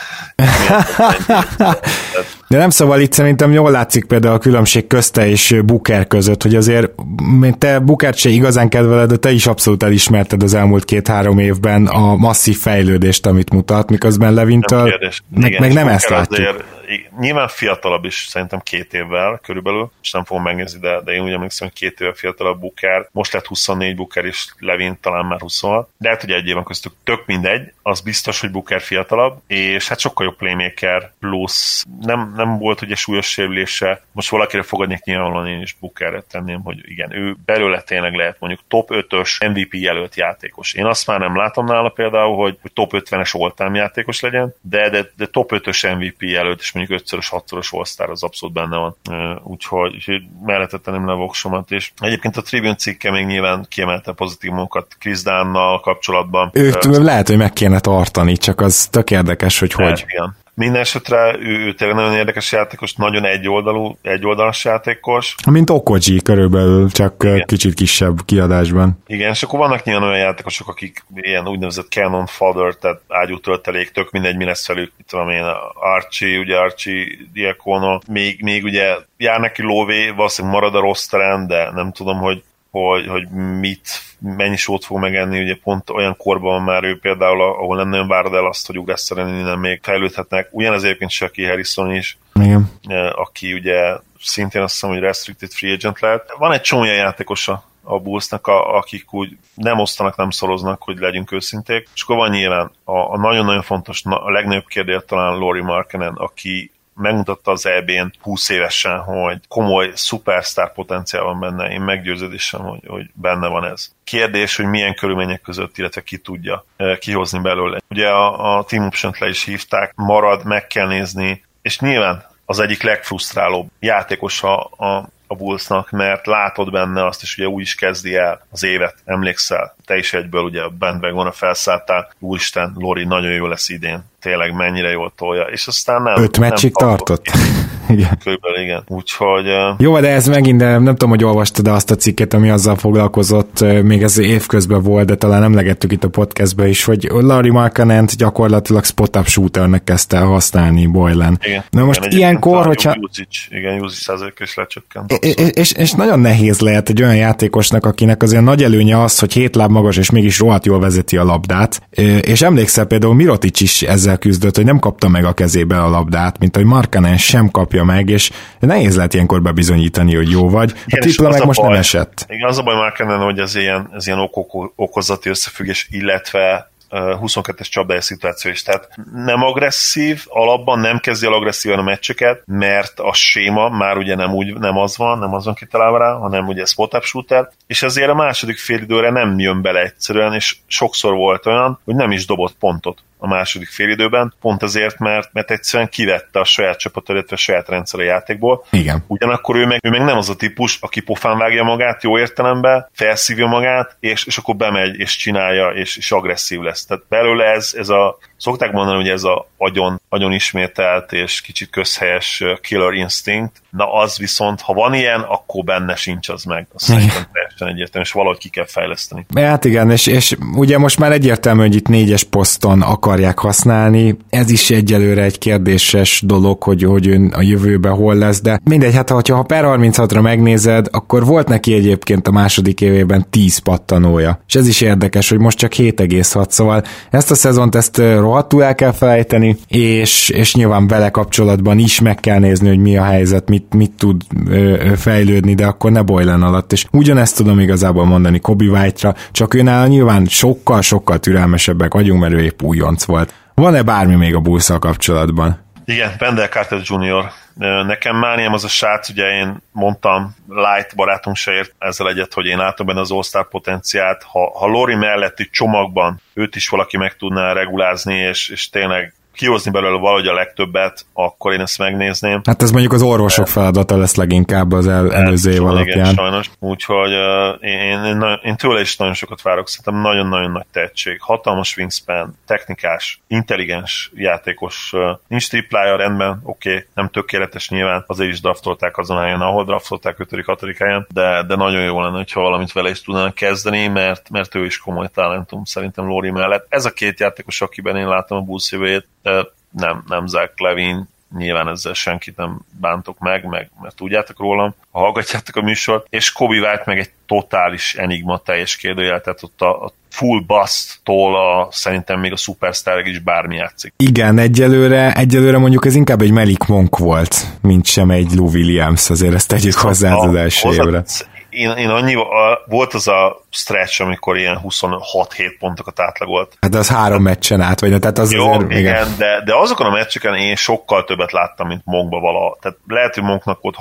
De nem szóval itt szerintem jól látszik például a különbség közte és Booker között, hogy azért te Bookert se igazán kedveled, de te is abszolút elismerted az elmúlt 2-3 évben a masszív fejlődést, amit mutat, miközben Levintől meg nem ezt látjuk. Nyilván fiatalabb is, szerintem 2 évvel körülbelül, és nem fogom megnézni, de én úgy emlékszem, hogy 2 évvel fiatalabb Booker, most lett 24 Booker, és Levin talán már 26, de hát ugye egy éven köztük tök mindegy, az biztos, hogy Booker fiatalabb, és hát sokkal jobb playmaker, plusz nem volt ugye súlyos sérülése, most valakire fogadnék, nyilvánvalóan én is Bookerre tenném, hogy igen, ő belőle tényleg lehet mondjuk top 5-ös MVP jelölt játékos. Én azt már nem látom nála például, hogy top 50-es all-time játékos legyen, de top 5-ös MVP jelölt, és mondjuk 5-szörös, 6-szoros All-Star az abszolút benne van. Úgyhogy mellette tenném le a voksomat is. Egyébként a Tribune cikke még nyilván kiemelte pozitív munkat Chris Dunn-nal kapcsolatban. Őt lehet, hogy meg kéne tartani, csak az tök érdekes, hogy. Igen. Minden esetre ő tényleg nagyon érdekes játékos, nagyon egyoldalas játékos. Mint Okoji körülbelül, csak igen. Kicsit kisebb kiadásban. Igen, és akkor vannak nyilván olyan játékosok, akik ilyen úgynevezett cannon fodder, tehát ágyútöltelék, tök mindegy, mi lesz velük, itt van én, Archie Diacono, még ugye jár neki lóvé, valószínűleg marad a rosteren, de nem tudom, hogy mennyi sót fog megenni, ugye pont olyan korban van már ő például, ahol nem nagyon várod el azt, hogy ugrásszerűen innen még fejlődhetnek. Ugyanez egyébként Shaquille Harrison is, igen. Aki ugye szintén azt hiszem, hogy restricted free agent lehet. Van egy csomó játékosa a Bullsnak, akik úgy nem osztanak, nem szoroznak, hogy legyünk őszinték. És akkor van nyilván a nagyon-nagyon fontos, a legnagyobb kérdés talán Lauri Markkanen, aki megmutatta az EB-n 20 évesen, hogy komoly szupersztár potenciál van benne. Én meggyőződésem, hogy benne van ez. Kérdés, hogy milyen körülmények között, illetve ki tudja kihozni belőle. Ugye a Team Option-t le is hívták, marad, meg kell nézni, és nyilván az egyik legfrusztrálóbb játékos a Bullsnak, mert látod benne azt, és ugye úgy is kezdi el az évet, emlékszel, te is egyből ugye a bandwagonra felszálltál, úristen, Lori nagyon jó lesz idén, tényleg mennyire jól tolja, és aztán nem. 5 meccsig tartott? Igen. Körülbelül igen. Úgyhogy... Jó, de ez megint, de nem tudom, hogy olvastad azt a cikket, ami azzal foglalkozott, még ez évközben volt, de talán emlegettük itt a podcastben is, hogy Lauri Markkanent gyakorlatilag spot-up shooternek kezdte el használni Boylan. Igen. Na most igen, ilyenkor, hogyha... usage százalék is lecsökkent. És nagyon nehéz lehet egy olyan játékosnak, akinek azért nagy előnye az, hogy 7 láb magas, és mégis rohadt jól vezeti a labdát. És emlékszel például Mirotic is ezzel küzdött, hogy nem kapta meg a kezébe a labdát, mint hogy Markkanen sem kapja meg, és nehéz lehet ilyenkor bebizonyítani, hogy jó vagy. A tripla meg most nem esett. Igen, az a baj Markkanen, hogy ez ilyen okozati összefüggés, illetve 22-es csapdája szituáció is, tehát nem agresszív, alapban nem kezdi el agresszívan a meccseket, mert a séma már ugye nem az van kitalálva rá, hanem ugye spot-up shooter, és ezért a második félidőre nem jön bele egyszerűen, és sokszor volt olyan, hogy nem is dobott pontot a második félidőben, pont azért, mert egyszerűen kivette a saját csapat, illetve a saját rendszer a játékból. Igen. Ugyanakkor ő meg nem az a típus, aki pofán vágja magát jó értelemben, felszívja magát, és akkor bemegy, és csinálja, és agresszív lesz. Tehát belőle ez a, szokták mondani, hogy ez a agyon nagyon ismételt és kicsit közhelyes Killer Instinct, na az viszont, ha van ilyen, akkor benne sincs az meg. Azt szerintem teljesen egyértelmű, és valahogy ki kell fejleszteni. Hát igen, és ugye most már egyértelmű, hogy itt 4-es poszton akarják használni. Ez is egyelőre egy kérdéses dolog, hogy ön a jövőben hol lesz, de mindegy, hát ha per 36-ra megnézed, akkor volt neki egyébként a második évében 10 pattanója. És ez is érdekes, hogy most csak 7,6, szóval ezt a szezont rohadtul el kell felejteni, és nyilván vele kapcsolatban is meg kell nézni, hogy mi a helyzet, mit tud fejlődni, de akkor ne Boylan alatt. És ugyanezt tudom igazából mondani Kobe White-ra, csak őnála nyilván sokkal türelmesebbek vagyunk, mert ő épp újonc volt. Van-e bármi még a Bulls-szal kapcsolatban? Igen, Wendell Carter Jr. Nekem mániám az a srác, ugye én mondtam, Light barátunk se ért ezzel egyet, hogy én látom benne az All-Star potenciált. Ha Lori melletti csomagban őt is valaki meg tudná regulázni, és tényleg kihozni belőle valahogy a legtöbbet, akkor én ezt megnézném. Hát ez mondjuk az orvosok feladata lesz leginkább az előző év alapján. Igen, sajnos. Úgyhogy én tőle is nagyon sokat várok, szerintem nagyon-nagyon nagy tehetség, hatalmas wingspan, technikás, intelligens játékos, nincs triplája, rendben, oké, nem tökéletes nyilván, azért is draftolták azon a helyen, ahol draftolták 5.-6. helyen, de nagyon jó lenne, hogyha valamit vele is tudnának kezdeni, mert ő is komoly talentum szerintem Lori mellett. Ez a két játékos, akiben én látom a Bulls jövőjét, nem Zach LaVine, nyilván ezzel senkit nem bántok meg, mert tudjátok rólam, ha hallgatjátok a műsort, és Kobe White meg egy totális enigma, teljes kérdőjel, tehát ott a full bust-tól szerintem még a szupersztárek is bármi játszik. Igen, egyelőre mondjuk ez inkább egy Malik Monk volt, mint sem egy Lou Williams, azért ezt tegyük hozzá az első évre. Én volt az a stretch, amikor ilyen 26-7 pontokat átlagolt. Hát az 3 meccsen át, vagy tehát az jó, azért, igen, de azokon a meccseken én sokkal többet láttam, mint Monkba valaha. Tehát lehet, hogy Monknak volt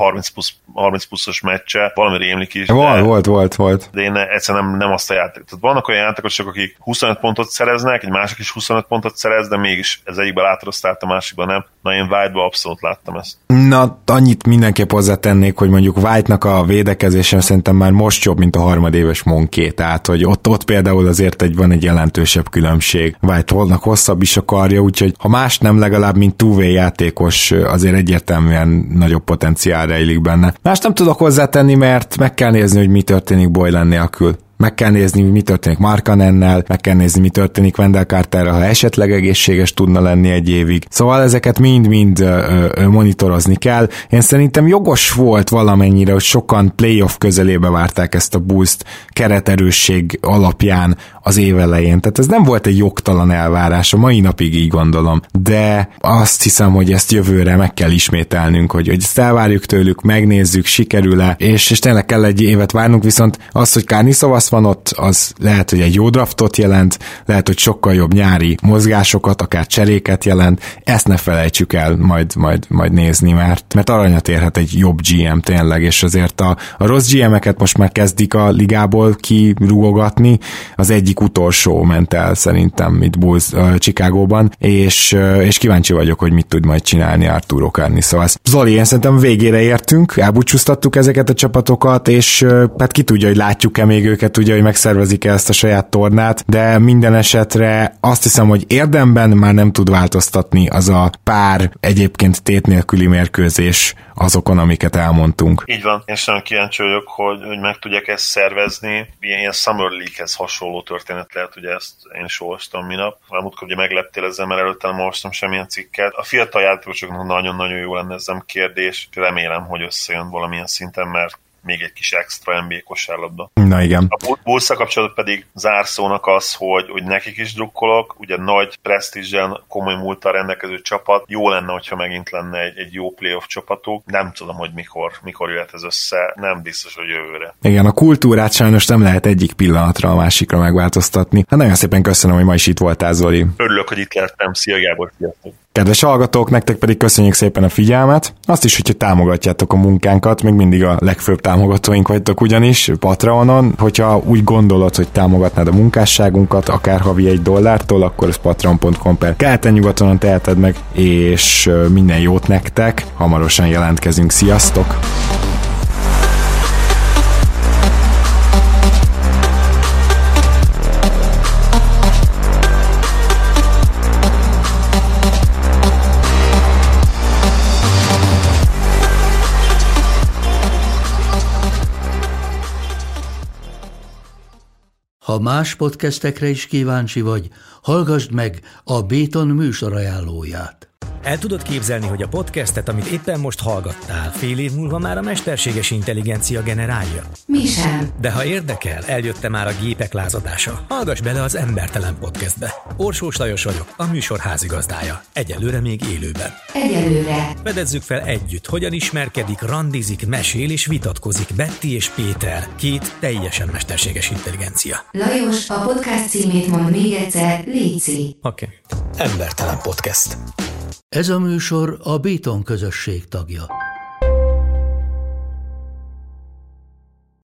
30 pluszos meccse, valami rémlik is. Volt. De én egyszerűen nem azt a játék. Tehát vannak olyan játékosok, akik 25 pontot szereznek, egy másik is 25 pontot szerez, de mégis ez egyikben látod a sztárt, a másikban nem. Na, én White-ban abszolút láttam ezt. Na, annyit mindenképp hozzátennék, hogy mondjuk White-nak a védekezésen szerintem már most jobb, mint a harmadéves Monké, tehát hogy ott például azért van egy jelentősebb különbség. White-nak hosszabb is a karja, úgyhogy ha más nem, legalább mint two-way játékos azért egyértelműen nagyobb potenciál rejlik benne. Más nem tudok hozzátenni, mert meg kell nézni, hogy mi történik Boylan nélkül. Meg kell nézni, mi történik Markkanennel, meg kell nézni, mi történik Wendell Carterrel, ha esetleg egészséges tudna lenni egy évig. Szóval ezeket mind-mind monitorozni kell. Én szerintem jogos volt valamennyire, hogy sokan playoff közelébe várták ezt a Bulls-t kereterősség alapján az év elején. Tehát ez nem volt egy jogtalan elvárás, a mai napig így gondolom. De azt hiszem, hogy ezt jövőre meg kell ismételnünk, hogy ezt elvárjuk tőlük, megnézzük, sikerül-e, és tényleg kell egy évet várnunk, viszont az, hogy Karniszovas van ott, az lehet, hogy egy jó draftot jelent, lehet, hogy sokkal jobb nyári mozgásokat, akár cseréket jelent, ezt ne felejtsük el majd nézni, mert aranyat érhet egy jobb GM tényleg, és azért a rossz GM-eket most már kezdik a ligából kirúgogatni, az egyik utolsó ment el szerintem itt Bulls Chicagóban, és kíváncsi vagyok, hogy mit tud majd csinálni Arturo Karnisovas. Zoli, én szerintem végére értünk, elbúcsúztattuk ezeket a csapatokat, és hát ki tudja, hogy látjuk-e még őket, tudja, hogy megszervezik-e ezt a saját tornát, de minden esetre azt hiszem, hogy érdemben már nem tud változtatni az a pár egyébként tét nélküli mérkőzés azokon, amiket elmondtunk. Így van, én sem kíváncsi vagyok, hogy meg tudják ezt szervezni. Ilyen Summer League-hez hasonló történet lehet, ugye ezt én is olvastam minap. Múltkor ugye megleptél ezzel, mert előtte nem olvastam semmilyen cikket. A fiatal játékosoknak nagyon-nagyon jó lenne, ez nem kérdés. Remélem, hogy összejön valamilyen szinten, mert még egy kis extra NBA kosárlabda. Na igen. A Bulls-szal kapcsolatban pedig zárszónak az, hogy nekik is drukkolok, ugye nagy presztízsen, komoly múlttal rendelkező csapat, jó lenne, hogyha megint lenne egy jó playoff csapatuk. Nem tudom, hogy mikor jöhet ez össze, nem biztos, hogy jövőre. Igen, a kultúrát sajnos nem lehet egyik pillanatra a másikra megváltoztatni. Hát nagyon szépen köszönöm, hogy ma is itt voltál, Zoli. Örülök, hogy itt lehettem. Szia Gábor, sziasztok! Kedves hallgatók, nektek pedig köszönjük szépen a figyelmet. Azt is, hogyha támogatjátok a munkánkat, még mindig a legfőbb támogatóink vagytok ugyanis Patreonon. Hogyha úgy gondolod, hogy támogatnád a munkásságunkat, akár havi $1, akkor ez patreon.com/keleten-nyugatonon teheted meg, és minden jót nektek. Hamarosan jelentkezünk. Sziasztok! Ha más podcastekre is kíváncsi vagy, hallgassd meg a Béton műsor ajánlóját. El tudod képzelni, hogy a podcastet, amit éppen most hallgattál, fél év múlva már a mesterséges intelligencia generálja? Mi sem. De ha érdekel, eljött már a gépek lázadása. Hallgass bele az Embertelen Podcastbe. Orsós Lajos vagyok, a műsor házigazdája. Egyelőre még élőben. Egyelőre. Fedezzük fel együtt, hogyan ismerkedik, randizik, mesél és vitatkozik Betty és Péter, két teljesen mesterséges intelligencia. Lajos, a podcast címét mond még egyszer, léci. Oké. Embertelen Podcast. Ez a műsor a Béton közösség tagja.